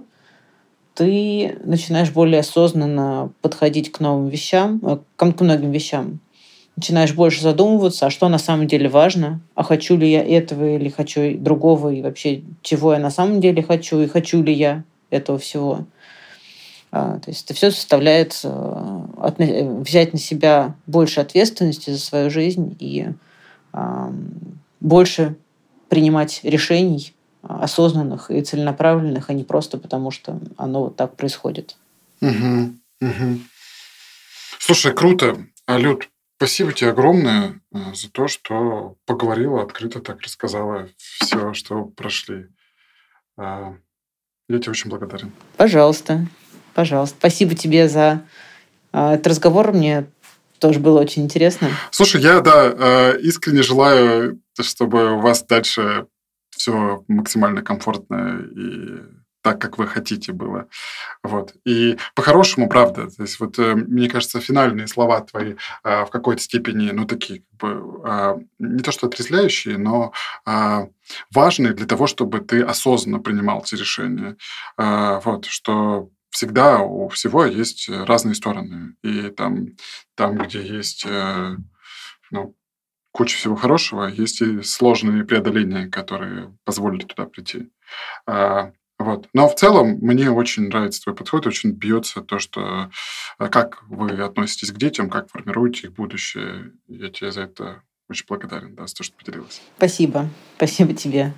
ты начинаешь более осознанно подходить к новым вещам, э, к к многим вещам. Начинаешь больше задумываться, а что на самом деле важно, а хочу ли я этого или хочу другого, и вообще чего я на самом деле хочу, и хочу ли я этого всего. А, То есть это все составляет э, отно- э, взять на себя больше ответственности за свою жизнь и ам, больше принимать решений а, осознанных и целенаправленных, а не просто потому, что оно вот так происходит. Мгм. Мгм. Слушай, круто. А, Люд, спасибо тебе огромное а, за то, что поговорила, открыто так рассказала все, что прошли. А, Я тебе очень благодарен. Пожалуйста, пожалуйста. Спасибо тебе за а, этот разговор. Мне тоже было очень интересно. Слушай, я, да, э, искренне желаю, чтобы у вас дальше все максимально комфортно и так, как вы хотите было. Вот. И по-хорошему, правда, то есть вот, э, мне кажется, финальные слова твои, а, в какой-то степени, ну, такие, как бы, а, не то что отрезвляющие, но, а, важные для того, чтобы ты осознанно принимал эти решения. А, вот, что всегда у всего есть разные стороны. И там там, где есть, э, ну, куча всего хорошего, есть и сложные преодоления, которые позволили туда прийти. А, вот. Но в целом мне очень нравится твой подход, очень бьется то, что а, как вы относитесь к детям, как формируете их будущее. Я тебе за это очень благодарен, да, за то, что поделилась. Спасибо. Спасибо тебе.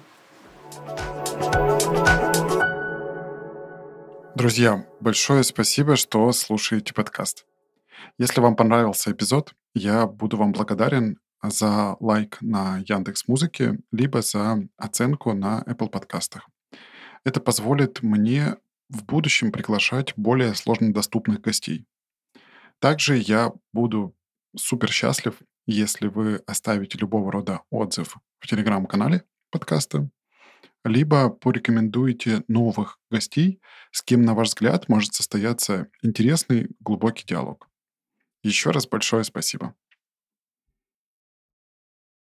Друзья, большое спасибо, что слушаете подкаст. Если вам понравился эпизод, я буду вам благодарен за лайк на Яндекс.Музыке, либо за оценку на Apple подкастах. Это позволит мне в будущем приглашать более сложно доступных гостей. Также я буду супер счастлив, если вы оставите любого рода отзыв в телеграм-канале подкаста, либо порекомендуете новых гостей, с кем, на ваш взгляд, может состояться интересный глубокий диалог. Еще раз большое спасибо.